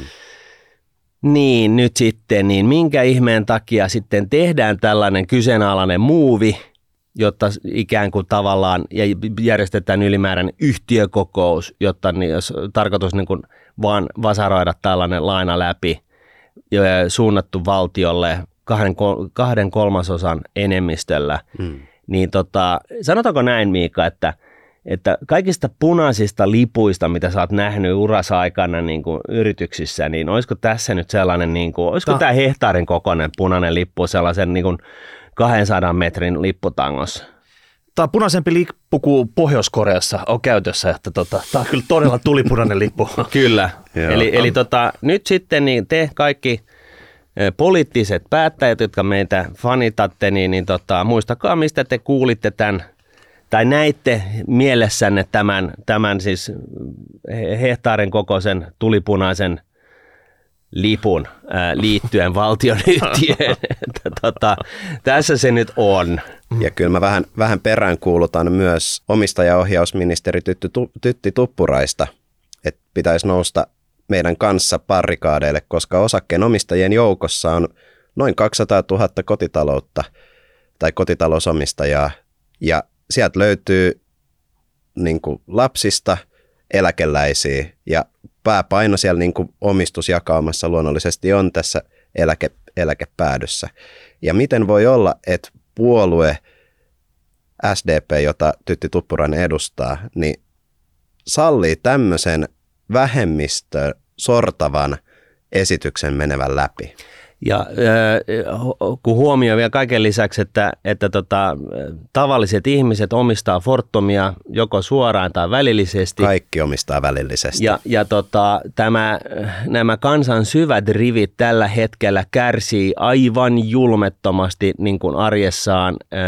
Niin nyt sitten, niin minkä ihmeen takia sitten tehdään tällainen kyseenalainen muuvi, jotta ikään kuin tavallaan ja järjestetään ylimääräinen yhtiökokous, jotta niin, jos tarkoitus niin kuin vaan vasaroida tällainen laina läpi ja suunnattu valtiolle kahden, kahden kolmasosan enemmistöllä, hmm. niin tota, sanotaanko näin, Miika, että että kaikista punaisista lipuista, mitä sä oot nähnyt urassa aikana niin kuin yrityksissä, niin olisiko tässä nyt sellainen, niin kuin, olisiko tämä hehtaarin kokoinen punainen lippu sellaisen niin kuin kahdensadan metrin lipputangossa? Tämä on punaisempi lippu kuin Pohjois-Koreassa on käytössä, että tota, tämä on kyllä todella tulipunainen lippu. Kyllä, eli, eli tota, nyt sitten niin te kaikki poliittiset päättäjät, jotka meitä fanitatte, niin, niin tota, muistakaa, mistä te kuulitte tämän tai näitte mielessänne tämän, tämän siis hehtaarin kokoisen tulipunaisen lipun ää, liittyen valtionyhtiöön. tota, tässä se nyt on. Ja kyllä mä vähän, vähän perään kuulutan myös omistajaohjausministeri Tytti, Tytti Tuppuraista, että pitäisi nousta meidän kanssa barrikaadeille, koska osakkeenomistajien joukossa on noin kaksisataatuhatta kotitaloutta tai kotitalousomistajaa ja sieltä löytyy niin kuin lapsista eläkeläisiä ja pääpaino siellä niin kuin omistusjakaumassa luonnollisesti on tässä eläke, eläkepäädyssä. Ja miten voi olla, että puolue S D P, jota Tytti Tuppurainen edustaa, niin sallii tämmöisen vähemmistö sortavan esityksen menevän läpi? Ja äh, kun huomioi vielä kaiken lisäksi, että, että tota, tavalliset ihmiset omistaa Fortumia joko suoraan tai välillisesti. Kaikki omistaa välillisesti. Ja, ja tota, tämä, nämä kansan syvät rivit tällä hetkellä kärsii aivan julmettomasti niin kuin arjessaan äh,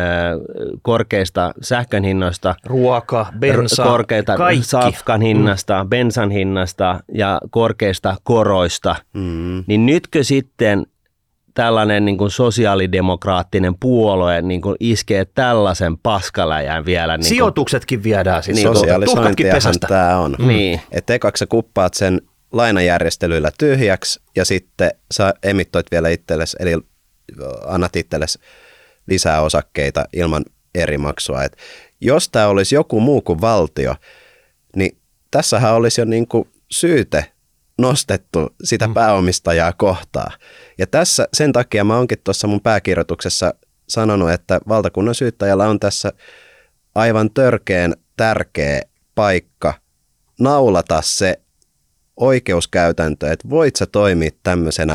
korkeista sähkön hinnoista. Ruoka, bensa, korkeita kaikki. safkan hinnasta, mm. bensan hinnasta ja korkeista koroista. Mm. Niin nytkö sitten tällainen niin kuin sosiaalidemokraattinen puolue niin kuin iskee tällaisen paskaläjän vielä. Niin sijoituksetkin kuin, viedään siis. Niin sosiaalisointiahan tämä on. Mm. Niin. Että ekaksi sä kuppaat sen lainajärjestelyillä tyhjäksi ja sitten sä emittoit vielä itsellesi, eli annat itsellesi lisää osakkeita ilman eri maksua. Et jos tämä olisi joku muu kuin valtio, niin tässähän olisi jo niin kuin syyte nostettu sitä pääomistajaa kohtaan. Ja tässä sen takia mä oonkin tuossa mun pääkirjoituksessa sanonut, että valtakunnan syyttäjällä on tässä aivan törkeän tärkeä paikka naulata se oikeuskäytäntö, että voit sä toimia tämmöisenä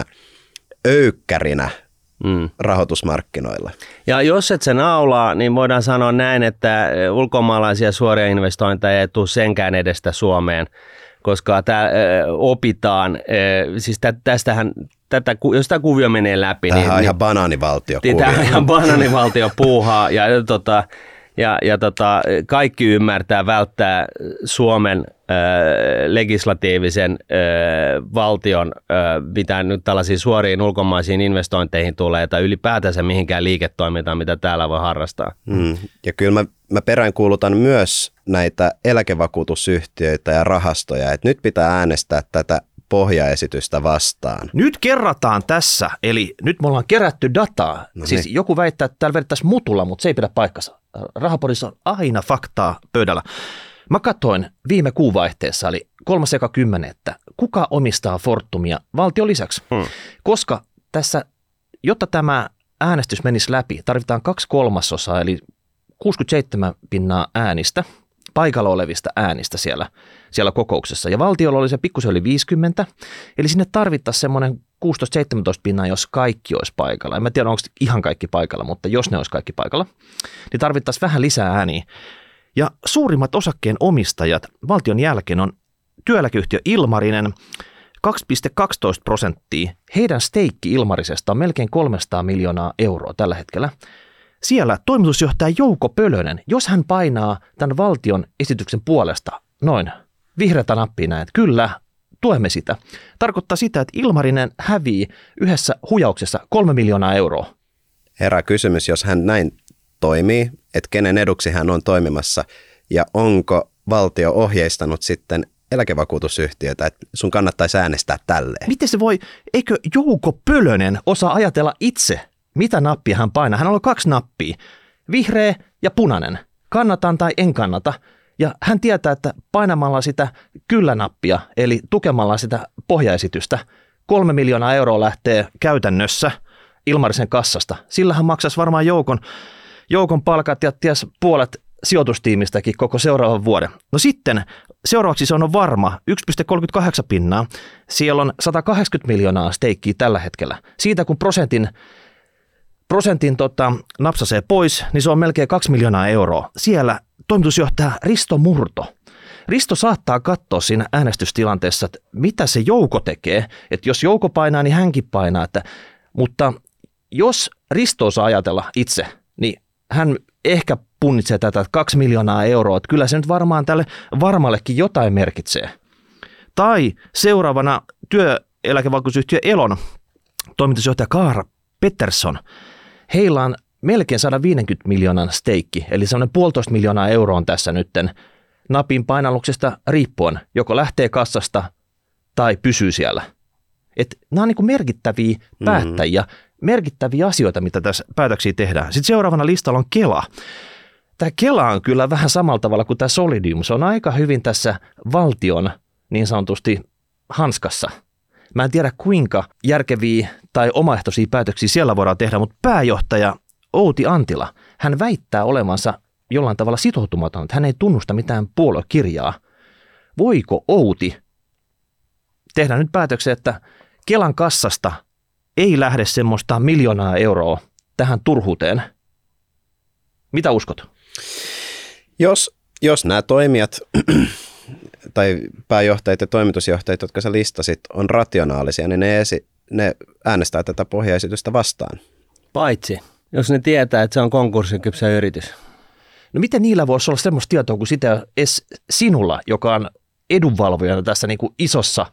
öykkärinä mm. rahoitusmarkkinoilla. Ja jos et se naulaa, niin voidaan sanoa näin, että ulkomaalaisia suoria investointeja ei tule senkään edestä Suomeen, koska tämä opitaan, siis tästähän, tätä, jos tämä kuvio menee läpi. Tämähän niin, on ihan banaanivaltio kuvio. Tämä on ihan banaanivaltio puuhaa ja, tota, ja, ja tota, kaikki ymmärtää välttää Suomen äh, legislatiivisen äh, valtion, äh, mitä nyt tällaisiin suoriin ulkomaisiin investointeihin tulee, tai ylipäätänsä mihinkään liiketoimintaan, mitä täällä voi harrastaa. Mm. Ja kyllä mä, mä peräänkuulutan myös näitä eläkevakuutusyhtiöitä ja rahastoja, että nyt pitää äänestää tätä pohjaesitystä vastaan. Nyt kerrataan tässä, eli nyt me ollaan kerätty dataa. No siis niin. Joku väittää, että täällä vedettäisiin mutulla, mutta se ei pidä paikkansa. Rahapodissa on aina faktaa pöydällä. Mä katsoin viime kuuvaihteessa, eli kolmas eka kymmenen, että kuka omistaa Fortumia valtion lisäksi. Hmm. Koska tässä, jotta tämä äänestys menisi läpi, tarvitaan kaksi kolmasosaa, eli kuusikymmentäseitsemän pinnaa äänistä, paikalla olevista äänistä siellä, siellä kokouksessa. Ja valtiolla oli se pikkusen yli viisikymmentä, eli sinne tarvittaisiin semmoinen kuusitoista seitsemäntoista pinnaa, jos kaikki olisi paikalla. En mä tiedä, onko ihan kaikki paikalla, mutta jos ne olisi kaikki paikalla, niin tarvittaisiin vähän lisää ääniä. Ja suurimmat osakkeen omistajat valtion jälkeen on työeläkeyhtiö Ilmarinen, kaksi pilkku kaksitoista prosenttia. Heidän steikki Ilmarisesta on melkein kolmesataa miljoonaa euroa tällä hetkellä. Siellä toimitusjohtaja Jouko Pölönen, jos hän painaa tämän valtion esityksen puolesta noin vihreätä nappia näin, että kyllä, tuemme sitä. Tarkoittaa sitä, että Ilmarinen hävii yhdessä hujauksessa kolme miljoonaa euroa. Herää kysymys, jos hän näin toimii, että kenen eduksi hän on toimimassa ja onko valtio ohjeistanut sitten eläkevakuutusyhtiötä, että sun kannattaisi äänestää tälleen. Miten se voi, eikö Jouko Pölönen osaa ajatella itse, mitä nappia hän painaa? Hän on kaksi nappia, vihreä ja punainen, kannatan tai en kannata. Ja hän tietää, että painamalla sitä kyllä-nappia, eli tukemalla sitä pohjaesitystä, kolme miljoonaa euroa lähtee käytännössä Ilmarisen kassasta. Sillä hän maksaisi varmaan joukon, joukon palkat ja ties puolet sijoitustiimistäkin koko seuraavan vuoden. No sitten seuraavaksi se on varma, yksi pilkku kolmekymmentäkahdeksan pinnaa. Siellä on sata kahdeksankymmentä miljoonaa steikkiä tällä hetkellä. Siitä kun prosentin, prosentin tota, napsasee pois, niin se on melkein kaksi miljoonaa euroa. Siellä toimitusjohtaja Risto Murto. Risto saattaa katsoa siinä äänestystilanteessa, että mitä se Jouko tekee. Että jos Jouko painaa, niin hänkin painaa. Että, mutta jos Risto osaa ajatella itse, niin hän ehkä punnitsee tätä kaksi miljoonaa euroa. Että kyllä se nyt varmaan tälle varmallekin jotain merkitsee. Tai seuraavana työeläkevakuutusyhtiö Elon toimitusjohtaja Kaara Pettersson. Heillä on melkein sata viisikymmentä miljoonan steikki, eli semmoinen puolitoista miljoonaa euroa on tässä nytten napin painalluksesta riippuen, joko lähtee kassasta tai pysyy siellä. Et nämä on niin kuin merkittäviä päättäjiä, mm-hmm. merkittäviä asioita, mitä tässä päätöksiä tehdään. Sitten seuraavana listalla on Kela. Tämä Kela on kyllä vähän samalla tavalla kuin tämä Solidium. Se on aika hyvin tässä valtion niin sanotusti hanskassa. Mä en tiedä kuinka järkeviä tai omaehtoisia päätöksiä siellä voidaan tehdä, mutta pääjohtaja Outi Antila, hän väittää olevansa jollain tavalla sitoutumaton, että hän ei tunnusta mitään puoluekirjaa. Voiko Outi tehdä nyt päätöksen, että Kelan kassasta ei lähde semmoista miljoonaa euroa tähän turhuuteen? Mitä uskot? Jos, jos nämä toimijat tai pääjohtajat ja toimitusjohtajat, jotka sä listasit, on rationaalisia, niin ne, esi- ne äänestää tätä pohjaesitystä vastaan. Paitsi, jos ne tietää, että se on konkurssikypsä yritys. No miten niillä voisi olla semmoista tietoa kuin sitä edes sinulla, joka on edunvalvojana tässä niin kuin isossa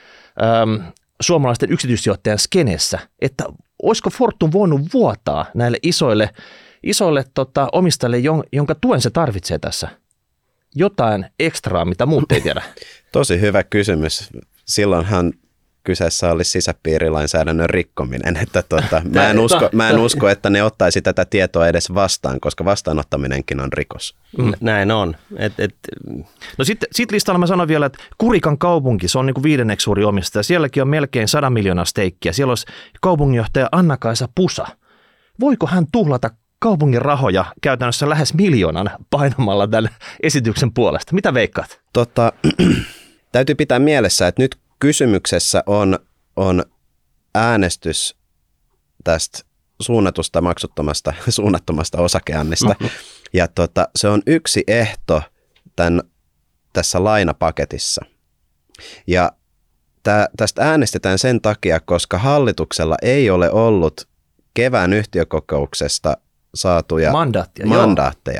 äm, suomalaisten yksityissijoittajan skenessä, että olisiko Fortum voinut vuotaa näille isoille, isoille tota, omistajille, jonka tuen se tarvitsee tässä? Jotain ekstraa, mitä muut ei tiedä. Tosi hyvä kysymys. Silloinhan kyseessä olisi sisäpiirilainsäädännön rikkominen. Että tota, mä, en usko, mä en usko, että ne ottaisi tätä tietoa edes vastaan, koska vastaanottaminenkin on rikos. Mm. Näin on. Et, et... No sitten sit listalla mä sanon vielä, että Kurikan kaupunki, se on niin kuin viidenneksi suuri omistaja. Sielläkin on melkein sadan miljoonaa steikkiä. Siellä olisi kaupunginjohtaja Anna-Kaisa Pusa. Voiko hän tuhlata kaupungin rahoja käytännössä lähes miljoonan painamalla tämän esityksen puolesta? Mitä veikkaat? Tota, täytyy pitää mielessä, että nyt kysymyksessä on, on äänestys tästä suunnatusta maksuttomasta, suunnattomasta osakeannista. Ja tota, se on yksi ehto tämän, tässä lainapaketissa. Ja tää, tästä äänestetään sen takia, koska hallituksella ei ole ollut kevään yhtiökokouksesta saatuja mandaatteja. mandaatteja.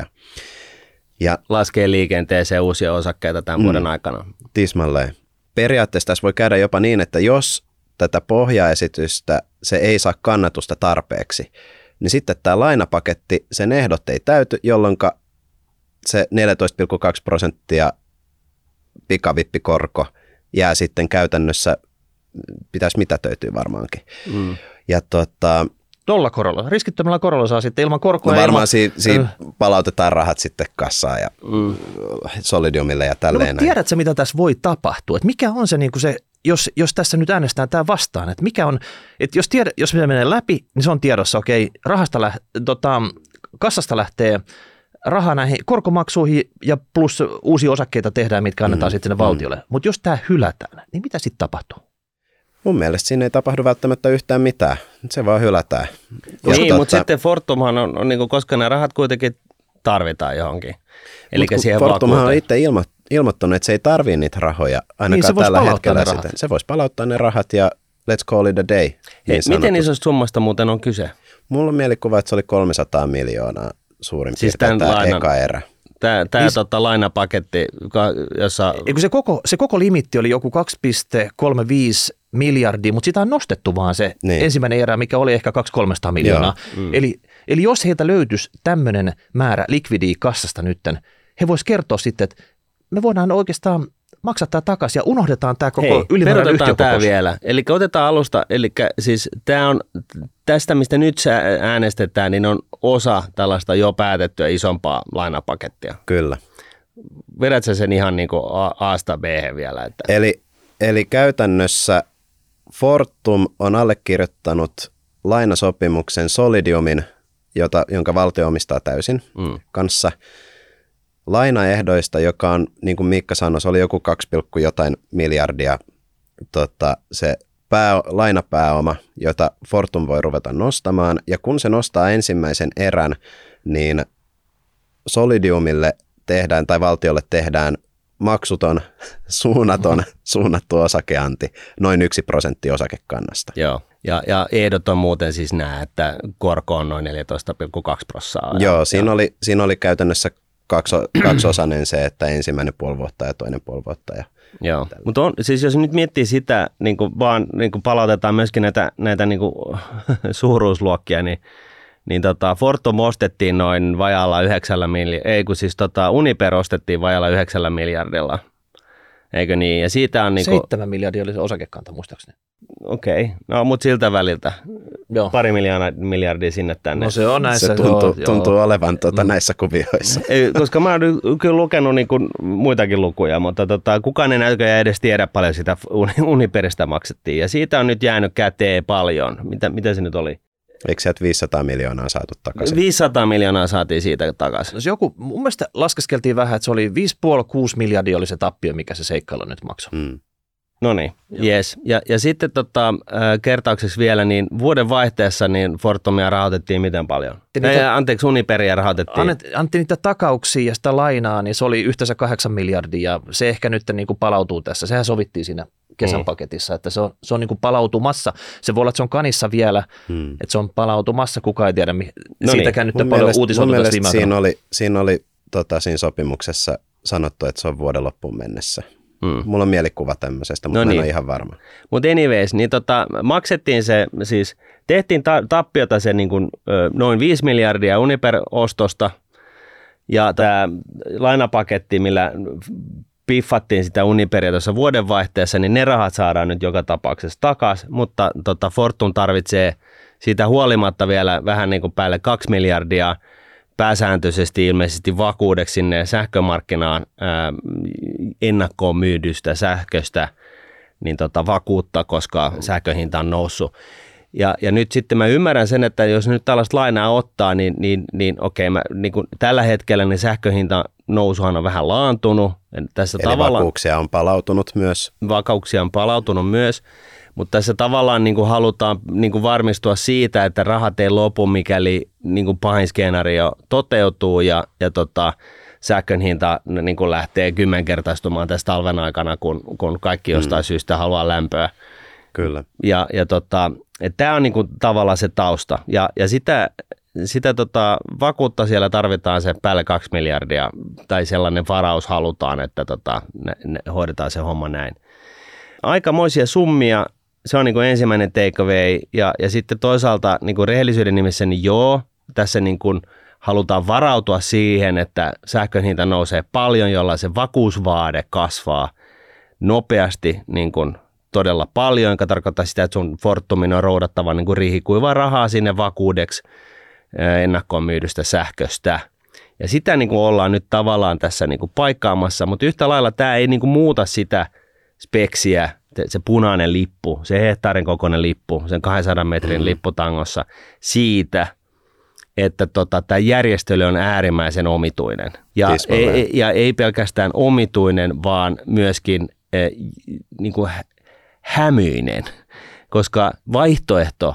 Ja laskee liikenteeseen uusia osakkeita tämän mm, vuoden aikana. Tismalleen. Periaatteessa tässä voi käydä jopa niin, että jos tätä pohjaesitystä se ei saa kannatusta tarpeeksi, niin sitten tämä lainapaketti, sen ehdot ei täyty, jolloin se neljätoista pilkku kaksi prosenttia pikavippikorko jää sitten käytännössä, pitäisi mitätöityä varmaankin. Mm. Ja tota, nollakorolla, riskittömällä korolla saa sitten ilman korkoa. No varmaan siinä si- palautetaan rahat sitten kassaan ja mm. Solidiumille ja tälleen. No, tiedätkö, mitä tässä voi tapahtua? Että mikä on se, niin kuin se jos, jos tässä nyt äänestetään tämä vastaan, että mikä on, että jos, tiedä, jos me menee läpi, niin se on tiedossa, okei, rahasta lä- tota, kassasta lähtee rahaa näihin korkomaksuihin ja plus uusia osakkeita tehdään, mitkä annetaan mm. sitten sinne valtiolle. Mm. Mutta jos tämä hylätään, niin mitä sitten tapahtuu? Mun mielestä siinä ei tapahdu välttämättä yhtään mitään. Se vaan hylätään. Ja niin, tuota, mutta sitten Fortumhan on, on niin kuin, koska ne rahat kuitenkin tarvitaan johonkin. Elikkä siihen Fortumhan on itse ilmo, ilmoittanut, että se ei tarvitse niitä rahoja ainakaan niin, tällä hetkellä. Sitten. Se voisi palauttaa ne rahat ja let's call it a day. Niin miten isosta summasta muuten on kyse? Mulla on mielikuva, että se oli kolmesataa miljoonaa suurin siis piirtein tämä eka erä. Tämä, tämä niin, tota, lainapaketti, jossa... Eikö se koko, se koko limitti oli joku kaksi pilkku kolmekymmentäviisi miljardia, mutta sitä on nostettu vaan se niin. ensimmäinen erä, mikä oli ehkä kaksi kolmesataa miljoonaa. Mm. Eli, eli jos heiltä löytyisi tämmöinen määrä likvidiä kassasta nytten, he vois kertoa sitten, että me voidaan oikeastaan maksaa tämä takaisin ja unohdetaan tämä koko ylimääräinen yhtiökokous. Tämä vielä. Eli otetaan alusta, eli siis tämä on tästä, mistä nyt äänestetään, niin on osa tällaista jo päätettyä isompaa lainapakettia. Kyllä. Vedätkö sen ihan niin kuin A:sta B:hen vielä? Että... Eli, eli käytännössä Fortum on allekirjoittanut lainasopimuksen Solidiumin, jota, jonka valtio omistaa täysin mm. kanssa, lainaehdoista, joka on, niin kuin Miikka sanoi, se oli joku kaksi pilkku jotain miljardia tota, se pää, lainapääoma, jota Fortum voi ruveta nostamaan. Ja kun se nostaa ensimmäisen erän, niin Solidiumille tehdään tai valtiolle tehdään maksuton, suunnaton, suunnattu osakeanti, noin yksi prosentti osakekannasta. Joo, ja, ja ehdot on muuten siis nämä, että korko on noin neljätoista pilkku kaksi prosenttia. Joo, siinä oli, siinä oli käytännössä Kakso, kaksiosainen se, että ensimmäinen puoli vuotta ja toinen puoli vuotta. Ja joo, mutta siis jos nyt miettii sitä, niin kuin vaan niin kuin palautetaan myöskin näitä, näitä niin kuin suuruusluokkia, niin, niin tota Fortum ostettiin noin vajalla yhdeksällä miljardilla, ei kun siis tota Uniper ostettiin vajalla yhdeksällä miljardilla, eikö niin? Ja siitä on niin kuin... Seitsemän miljardia oli se osakekanta muistaakseni. Okei, okay. No mutta siltä väliltä joo. Pari miljoonaa miljardia sinne tänne. No se on näissä. Se tuntuu, joo, tuntuu joo. olevan tuota mm. näissä kuvioissa. Ei, koska mä oon kyllä lukenut niin kuin muitakin lukuja, mutta tota, kukaan ei näköjään edes tiedä paljon sitä Uniperistä maksettiin. Ja siitä on nyt jäänyt käteen paljon. Mitä, mitä se nyt oli? Eikö sieltä viisisataa miljoonaa saatu takaisin? viisisataa miljoonaa saatiin siitä takaisin. No se joku, mun mielestä laskeskeltiin vähän, että se oli viisi pilkku viisi kuusi miljardia oli se tappio, mikä se seikkailu nyt maksoi. Mm. No niin, jes. Ja, ja sitten tota, kertaukseksi vielä, niin vuoden vaihteessa niin Fortumia rahoitettiin miten paljon? Niitä, Ei, anteeksi, Uniperia rahoitettiin. Annettiin niitä takauksia ja sitä lainaa, niin se oli yhteensä kahdeksan miljardia ja se ehkä nyt niin kuin palautuu tässä. Sehän sovittiin siinä kesän hmm. paketissa, että se on, se on niin kuin palautumassa. Se voi olla, että se on kanissa vielä, hmm. että se on palautumassa, kukaan ei tiedä. No siitäkään niin. nyt paljon uutisoitu tässä viime siinä oli, siinä oli tota, siinä sopimuksessa sanottu, että se on vuoden loppuun mennessä. Mm. Mulla on mielikuva tämmöisestä, mutta no niin. En ole ihan varma. Mutta anyways, niin tota, maksettiin se, siis tehtiin ta- tappiota se niin kuin, ö, noin viisi miljardia Uniper-ostosta ja tämä lainapaketti, millä piffattiin sitä Uniperia tuossa vuodenvaihteessa, niin ne rahat saadaan nyt joka tapauksessa takaisin, mutta tota, Fortum tarvitsee siitä huolimatta vielä vähän niin kuin päälle kaksi miljardia pääsääntöisesti ilmeisesti vakuudeksi sinne sähkömarkkinaan ää, ennakkoon myydystä sähköstä niin tota, vakuutta, koska sähköhinta on noussut. Ja, ja nyt sitten mä ymmärrän sen, että jos nyt tällaista lainaa ottaa, niin, niin, niin okei, mä, niin kuin tällä hetkellä niin sähköhinta nousuhan on vähän laantunut. Tässä Eli tavallaan, vakuuksia on palautunut myös. Vakuuksia on palautunut myös. Mutta tässä tavallaan niin kuin halutaan niin kuin varmistua siitä, että rahat ei lopu, mikäli niin kuin pahin skenaario toteutuu ja, ja tota, sähkön hinta niin kuin lähtee kymmenkertaistumaan tässä talven aikana, kun, kun kaikki jostain mm. syystä haluaa lämpöä. Kyllä. Ja, ja tota, tämä on niin kuin tavallaan se tausta. Ja, ja sitä, sitä tota, vakuutta siellä tarvitaan se päälle kaksi miljardia, tai sellainen varaus halutaan, että tota, ne, ne hoidetaan se homma näin. Aikamoisia summia. Se on niin kuin ensimmäinen takeaway ja, ja sitten toisaalta niin kuin rehellisyyden nimessä niin joo, tässä niin kuin halutaan varautua siihen, että sähkön hinta nousee paljon, jolla se vakuusvaade kasvaa nopeasti niin kuin todella paljon, joka tarkoittaa sitä, että sun Fortumin on roudattava niin kuin riihikuivaa rahaa sinne vakuudeksi ennakkoon myydystä sähköstä. Ja sitä niin kuin ollaan nyt tavallaan tässä niin kuin paikkaamassa, mutta yhtä lailla tämä ei niin kuin muuta sitä speksiä, se punainen lippu, se hehtaarin kokoinen lippu, sen kahdensadan metrin mm. lipputangossa siitä, että tota, tämä järjestely on äärimmäisen omituinen. Ja ei, ja ei pelkästään omituinen, vaan myöskin eh, niin kuin hämyinen, koska vaihtoehto,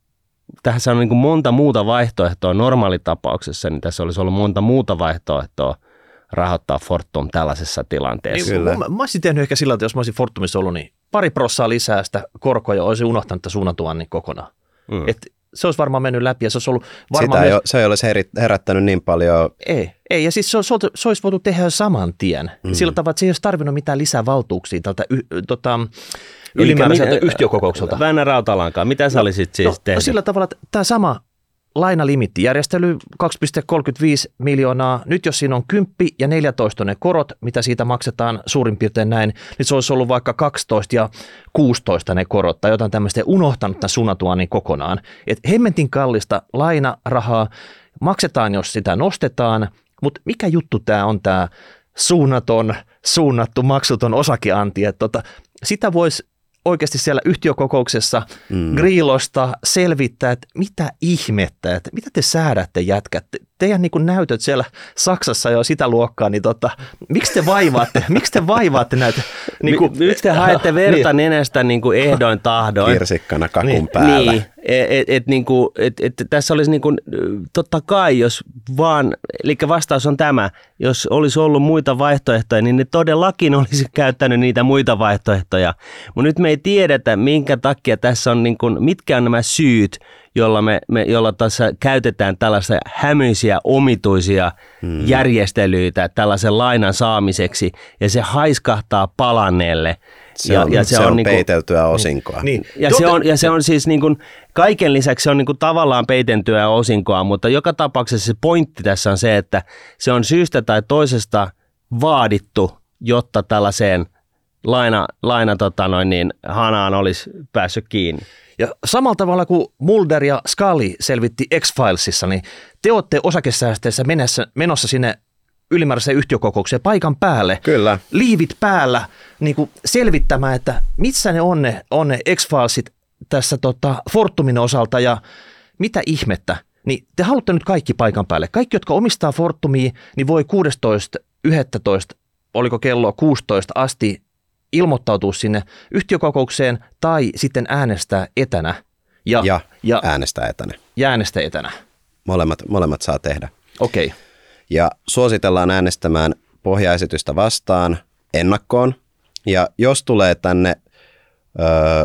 tässä on niin kuin monta muuta vaihtoehtoa normaalitapauksessa, niin tässä olisi ollut monta muuta vaihtoehtoa rahoittaa Fortum tällaisessa tilanteessa. Niin, mä, mä olisin tehnyt ehkä sillä, että jos mä olisin Fortumissa ollut, niin pari prossaa lisää sitä korkoja olisi unohtanut suunnatuan niin kokonaan. Mm. Et se olisi varmaan mennyt läpi ja se olisi ollut varmaan Sitä myös... ei, se ei olisi herättänyt niin paljon. Ei, ei. Ja siis se olisi, se olisi voitu tehdä saman tien. Mm. Sillä tavalla, että se ei olisi tarvinnut mitään lisävaltuuksia tältä y, tota, ylimääräiseltä yhtiökokoukselta. Väännä Rautalankaan. Mitä sä olisit siis no, tehnyt? No sillä tavalla, että tämä sama lainalimittijärjestely kaksi pilkku kolmekymmentäviisi miljoonaa. Nyt jos siinä on kymmenen ja neljätoista ne korot, mitä siitä maksetaan suurin piirtein näin, niin se olisi ollut vaikka kaksitoista ja kuusitoista ne korot tai jotain tämmöistä, unohtanut tämän suunnatuanin kokonaan. Et hemmentin kallista lainarahaa maksetaan, jos sitä nostetaan, mutta mikä juttu tämä on tämä suunnaton, suunnattu, maksuton osakeanti, että tota, sitä voisi oikeasti siellä yhtiökokouksessa mm. grillosta selvittää, että mitä ihmettä, että mitä te säädätte jätkät. Teidän niin kuin näytöt siellä Saksassa jo sitä luokkaa, niin tota, miksi te vaivaatte, miksi te vaivaatte näitä? Niin kuin, miksi te haette verta niin. nenästä niin kuin ehdoin tahdoin? Kirsikkana kakun niin. päällä. Niin, et, et, niin kuin, et, et, tässä olisi niin kuin, totta kai, jos vaan, eli vastaus on tämä, jos olisi ollut muita vaihtoehtoja, niin ne todellakin olisi käyttänyt niitä muita vaihtoehtoja. Mutta nyt me ei tiedetä, minkä takia tässä on, niin kuin, mitkä on nämä syyt, jolla, me, me, jolla tässä käytetään tällaisia hämyisiä, omituisia hmm. järjestelyitä tällaisen lainan saamiseksi, ja se haiskahtaa palanneelle. Se ja, on, ja se, se on, on niin kuin, peiteltyä osinkoa. Niin, ja, se on, ja se on siis niin kuin, kaiken lisäksi se on niin kuin tavallaan peiteltyä osinkoa, mutta joka tapauksessa se pointti tässä on se, että se on syystä tai toisesta vaadittu, jotta tällaiseen laina, laina tota noin, niin, hanaan olisi päässyt kiinni. Ja samalla tavalla kuin Mulder ja Scully selvitti X-Filesissa, niin te olette osakesäästeessä menossa, menossa sinne ylimääräiseen yhtiökokoukseen paikan päälle. Kyllä. Liivit päällä niin kuin selvittämään, että missä ne on ne, on ne X-Filesit tässä tota Fortumin osalta ja mitä ihmettä. Niin te haluatte nyt kaikki paikan päälle. Kaikki, jotka omistaa Fortumia, niin voi kuudestoista yhdestoista, oliko kello kuusitoista asti ilmoittautua sinne yhtiökokoukseen tai sitten äänestää etänä. Ja, ja, ja äänestää etänä. Ja äänestää etänä. Molemmat, molemmat saa tehdä. Okei. Okay. Ja suositellaan äänestämään pohjaesitystä vastaan ennakkoon. Ja jos tulee tänne ö,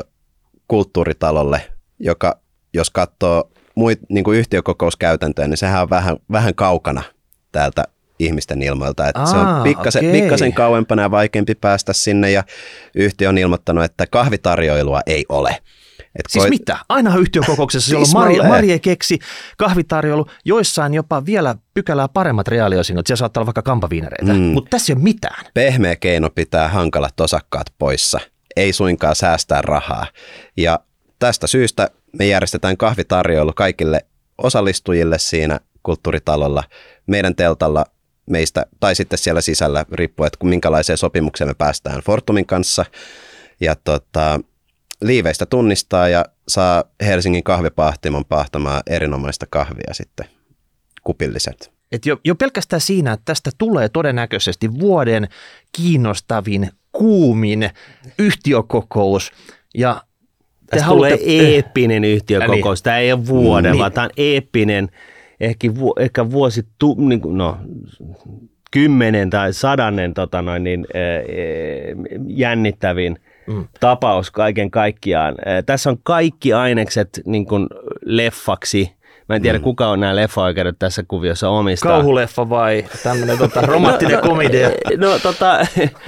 kulttuuritalolle, joka jos katsoo muit, niin kuin yhtiökokouskäytäntöjä, niin sehän on vähän, vähän kaukana täältä ihmisten ilmoilta. Että Aa, se on pikkasen, okay. pikkasen kauempana ja vaikeampi päästä sinne ja yhtiö on ilmoittanut, että kahvitarjoilua ei ole. Et siis koit... mitä? Aina yhtiökokouksessa, siis jolloin Marie, Marie keksi kahvitarjoilu, joissain jopa vielä pykälää paremmat reaaliosinnot. Siellä saattaa olla vaikka kampaviinereitä, mm. mutta tässä ei ole mitään. Pehmeä keino pitää hankalat osakkaat poissa, ei suinkaan säästää rahaa. Ja tästä syystä me järjestetään kahvitarjoilu kaikille osallistujille siinä kulttuuritalolla, meidän teltalla, meistä, tai sitten siellä sisällä, riippuen, että minkälaiseen sopimukseen me päästään Fortumin kanssa. Ja tota, liiveistä tunnistaa ja saa Helsingin kahvipahtimon pahtamaan erinomaista kahvia sitten, kupilliset. Et jo, jo pelkästään siinä, että tästä tulee todennäköisesti vuoden kiinnostavin, kuumin yhtiökokous. Ja tästä haluatte... tulee eeppinen yhtiökokous. Niin. Tämä ei ole vuoden, niin. vaan tämä on eeppinen, ehkä, vu, ehkä vuosi, tu, niin, no, kymmenen tai sadannen tota noin, niin, äh, jännittävin mm. tapaus kaiken kaikkiaan. Äh, tässä on kaikki ainekset niin kuin leffaksi. Mä en tiedä, mm. kuka on nämä leffa-oikeudet tässä kuviossa omistaa. Kauhuleffa vai tämmöinen tota, romanttinen no, komedia? No tota,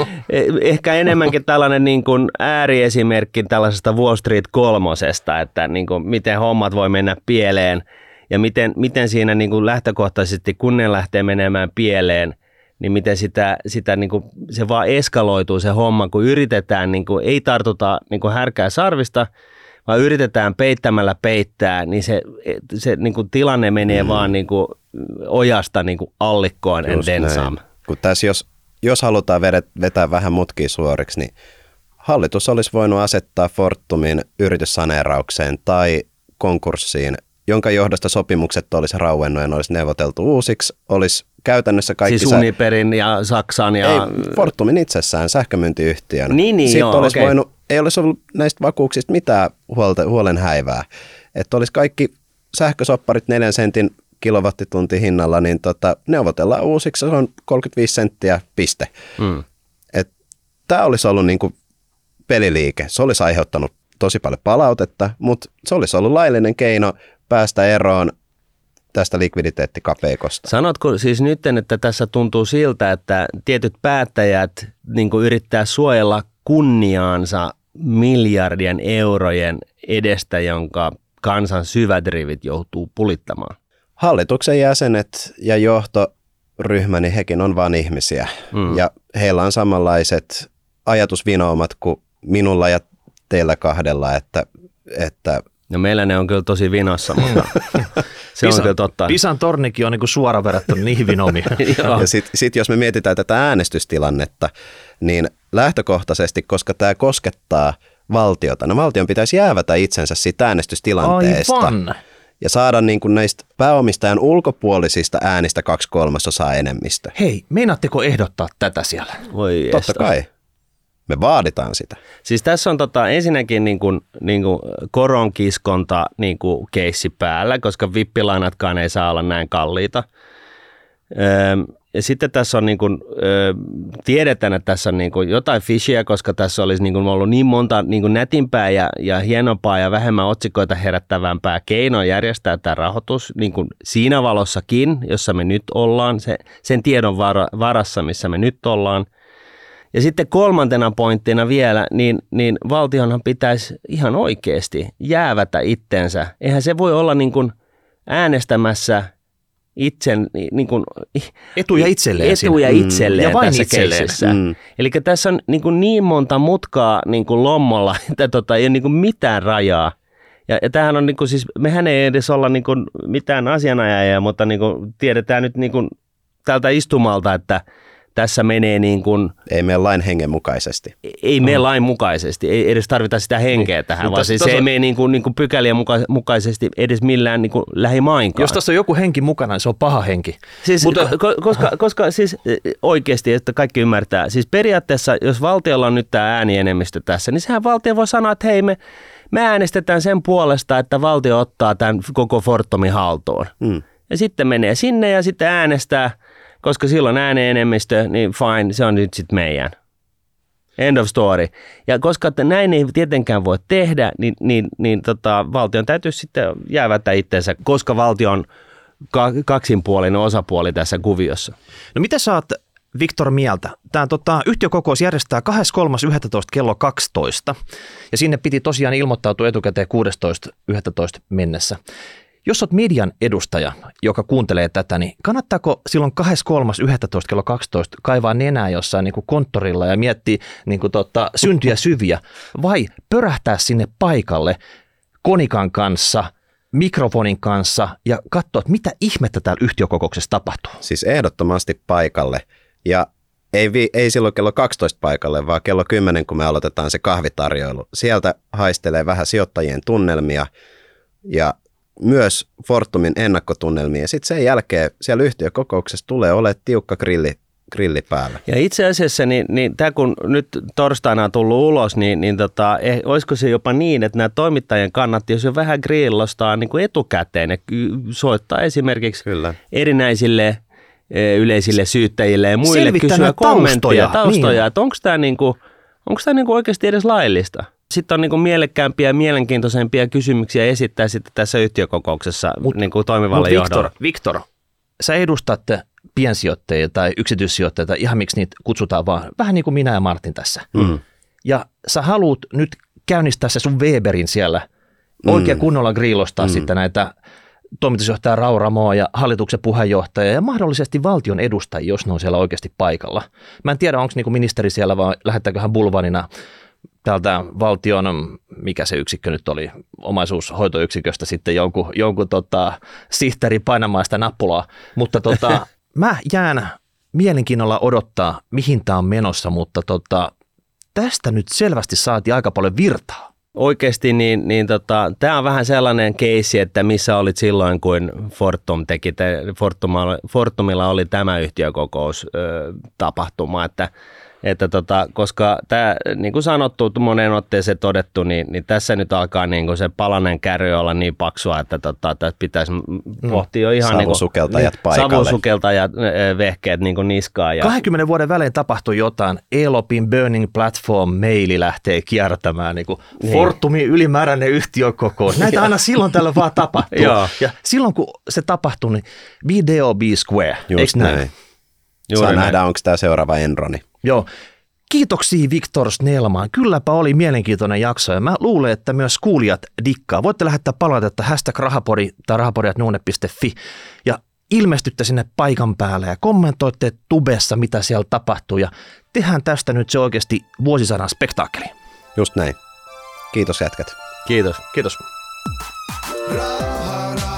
ehkä enemmänkin tällainen niin kuin ääriesimerkki tällaisesta Wall Street kolmosesta, että niin kuin, miten hommat voi mennä pieleen ja miten, miten siinä niin kuin lähtökohtaisesti, kun ne lähtee menemään pieleen, niin miten sitä, sitä niin kuin, se vaan eskaloituu se homma, kun yritetään, niin kuin, ei tartuta niin kuin härkää sarvista, vaan yritetään peittämällä peittää, niin se, se niin kuin tilanne menee mm. vaan niin kuin ojasta niin kuin allikkoon and then some. Kun tässä jos, jos halutaan vetää vähän mutkia suoriksi, niin hallitus olisi voinut asettaa Fortumin yrityssaneeraukseen tai konkurssiin, jonka johdosta sopimukset olisi rauennut ja ne olisi neuvoteltu uusiksi, olisi käytännössä kaikki... Siis Uniperin ja Saksan ja... Ei, Fortumin itsessään sähkömyyntiyhtiön. Niin, niin, Sitten joo, olisi okay. voinut, ei olisi ollut näistä vakuuksista mitään huolta, huolen häivää. Että olisi kaikki sähkösopparit neljän sentin kilowattitunti hinnalla, niin tota, neuvotellaan uusiksi, se on kolmekymmentäviisi senttiä, piste. Mm. Tämä olisi ollut niinku peliliike. Se olisi aiheuttanut tosi paljon palautetta, mutta se olisi ollut laillinen keino päästä eroon tästä likviditeettikapeikosta. Sanotko siis nyt, että tässä tuntuu siltä, että tietyt päättäjät niin kuin yrittää suojella kunniaansa miljardien eurojen edestä, jonka kansan syvät rivit joutuu pulittamaan? Hallituksen jäsenet ja johtoryhmä, niin hekin on vain ihmisiä. Mm. Ja heillä on samanlaiset ajatusvinoumat kuin minulla ja teillä kahdella, että... että no meillä ne on kyllä tosi vinossa, mutta se Pisan, on kyllä totta. Pisan tornikin on niin kuin suora verrattuna niihin vinomiin. Ja sitten sit jos me mietitään tätä äänestystilannetta, niin lähtökohtaisesti, koska tämä koskettaa valtiota, no valtion pitäisi jäävätä itsensä siitä äänestystilanteesta. Aivan. Ja saada niin kuin näistä pääomistajan ulkopuolisista äänistä kaksi kolmasosaa enemmistö. Hei, meinaatteko ehdottaa tätä siellä? Voi Totta jestas. Kai. Me vaaditaan sitä. Siis tässä on tota, ensinnäkin niin kuin, niin kuin koronkiskonta niin kuin keissi päällä, koska vippilainatkaan ei saa olla näin kalliita. Öö, ja sitten tässä on niin kuin, öö, tiedetään, että tässä on niin kuin jotain fishiä, koska tässä olisi niin kuin ollut niin monta niin kuin nätimpää ja, ja hienompaa ja vähemmän otsikoita herättävämpää keinoa järjestää tämä rahoitus niin kuin siinä valossakin, jossa me nyt ollaan, se, sen tiedon varassa, missä me nyt ollaan. Ja sitten kolmantena pointtina vielä, niin, niin valtionhan pitäisi ihan oikeasti jäävätä itsensä. Eihän se voi olla niin kuin äänestämässä itsen, niin kuin, etuja itselleen. Etuja itselleen mm. ja tässä itselleen. keississä. Mm. Eli tässä on niin, kuin niin monta mutkaa niin kuin lommolla, että tota, ei ole niin kuin mitään rajaa. Ja, ja tämähän on niin kuin, siis, mehän ei edes olla niin kuin mitään asianajajia, mutta niin kuin tiedetään nyt niin kuin tältä istumalta, että tässä menee niin kuin... Ei mene lain hengen mukaisesti. Ei mene mm. lain mukaisesti, ei edes tarvita sitä henkeä niin, tähän, vaan siis se ei mene niin kuin, niin kuin pykälien muka- mukaisesti edes millään niin kuin lähimainkaan. Jos tässä on joku henki mukana, niin se on paha henki. Siis, Mutta... ko- koska, koska siis oikeasti, että kaikki ymmärtää, siis periaatteessa, jos valtiolla on nyt tämä äänienemmistö tässä, niin sehän valtio voi sanoa, että hei, me, me äänestetään sen puolesta, että valtio ottaa tämän koko Fortumin haltuun. Mm. Ja sitten menee sinne ja sitten äänestää, koska silloin ääneen enemmistö, niin fine, se on nyt sitten meidän. End of story. Ja koska näin ei tietenkään voi tehdä, niin, niin, niin tota, valtion täytyy sitten jäävätä itsensä, koska valtio on kaksinpuolinen osapuoli tässä kuviossa. No mitä sä oot, Viktor, mieltä? Tämä tota, yhtiökokous järjestää kahdeskymmeneskolmas yhdestoista kello kaksitoista ja sinne piti tosiaan ilmoittautua etukäteen kuudestoista yhdestoista mennessä. Jos olet median edustaja, joka kuuntelee tätä, niin kannattaako silloin kahdeskymmeneskolmas yhdestoista kello kaksitoista kaivaa nenää jossain niin kuin konttorilla ja miettiä niin kuin tota, syntyjä syviä vai pörähtää sinne paikalle konikan kanssa, mikrofonin kanssa ja katsoa, että mitä ihmettä täällä yhtiökokouksessa tapahtuu? Siis ehdottomasti paikalle ja ei, vi, ei silloin kello kaksitoista paikalle, vaan kello kymmenen, kun me aloitetaan se kahvitarjoilu. Sieltä haistelee vähän sijoittajien tunnelmia ja myös Fortumin ennakkotunnelmia. Ja sitten sen jälkeen siellä yhtiökokouksessa tulee olemaan tiukka grilli, grilli päällä. Ja itse asiassa, niin, niin tämä kun nyt torstaina on tullut ulos, niin, niin tota, eh, olisiko se jopa niin, että nämä toimittajien kannatti, jos jo vähän grillostaa niin kuin etukäteen ja soittaa esimerkiksi Kyllä. erinäisille yleisille syyttäjille ja muille Selvittää kysyä kommentteja, taustoja, taustoja niin. että onko tämä niin kuin, onko tämä niin kuin oikeasti edes laillista? Sitten on niin kuin mielekkäämpiä ja mielenkiintoisempia kysymyksiä esittää sitten tässä yhtiökokouksessa mut, niin kuin toimivalle mut johdolle. Viktor, Viktor, sä edustat piensijoittajia tai yksityissijoittajia, ihan miksi niitä kutsutaan vaan, vähän niin kuin minä ja Martin tässä. Mm. Ja sä haluut nyt käynnistää se sun Weberin siellä, oikein mm. kunnolla grillostaa mm. sitten näitä toimitusjohtaja Rauramoa ja hallituksen puheenjohtaja ja mahdollisesti valtion edustajia, jos ne on siellä oikeasti paikalla. Mä en tiedä, onko niinku ministeri siellä vai lähettääkö hän bulvanina täältä valtion, mikä se yksikkö nyt oli, omaisuushoitoyksiköstä sitten jonkun, jonkun tota, sihteeri painamaan sitä nappulaa. Mutta tota, mä jään mielenkiinnolla odottaa, mihin tämä on menossa, mutta tota, tästä nyt selvästi saatiin aika paljon virtaa. Oikeasti niin, niin tota, tämä on vähän sellainen keissi, että missä olit silloin, kun Fortum teki, Fortumilla, Fortumilla oli tämä yhtiökokous ö, tapahtuma, että Että tota, koska tämä, niin kuin sanottu, moneen otteeseen todettu, niin, niin tässä nyt alkaa niin kuin se palanen kärry olla niin paksua, että tota, tässä pitäisi pohtia jo ihan savusukeltajat niin kuin, paikalle. Savusukeltajat, vehkeet niin kuin niskaan. Ja kaksikymmentä vuoden välein tapahtui jotain. Elopin Burning Platform-maili lähtee kiertämään. Niin kuin niin. Fortumin ylimääräinen yhtiökokous. Näitä aina silloin tällöin vaan tapahtuu. Ja silloin kun se tapahtui, niin video be square. Just näin. näin. Saa näin. Nähdä, onko tämä seuraava Enroni. Joo. Kiitoksia Viktor Snellman. Kylläpä oli mielenkiintoinen jakso ja mä luulen, että myös kuulijat dikkaa. Voitte lähettää palautetta hashtag rahapodi tai rahapodi.nuune piste fi ja ilmestytte sinne paikan päälle ja kommentoitte tubessa, mitä siellä tapahtuu ja tehdään tästä nyt se oikeasti vuosisadan spektaakkeli. Just näin. Kiitos jätkät. Kiitos. Kiitos. Raha, raha.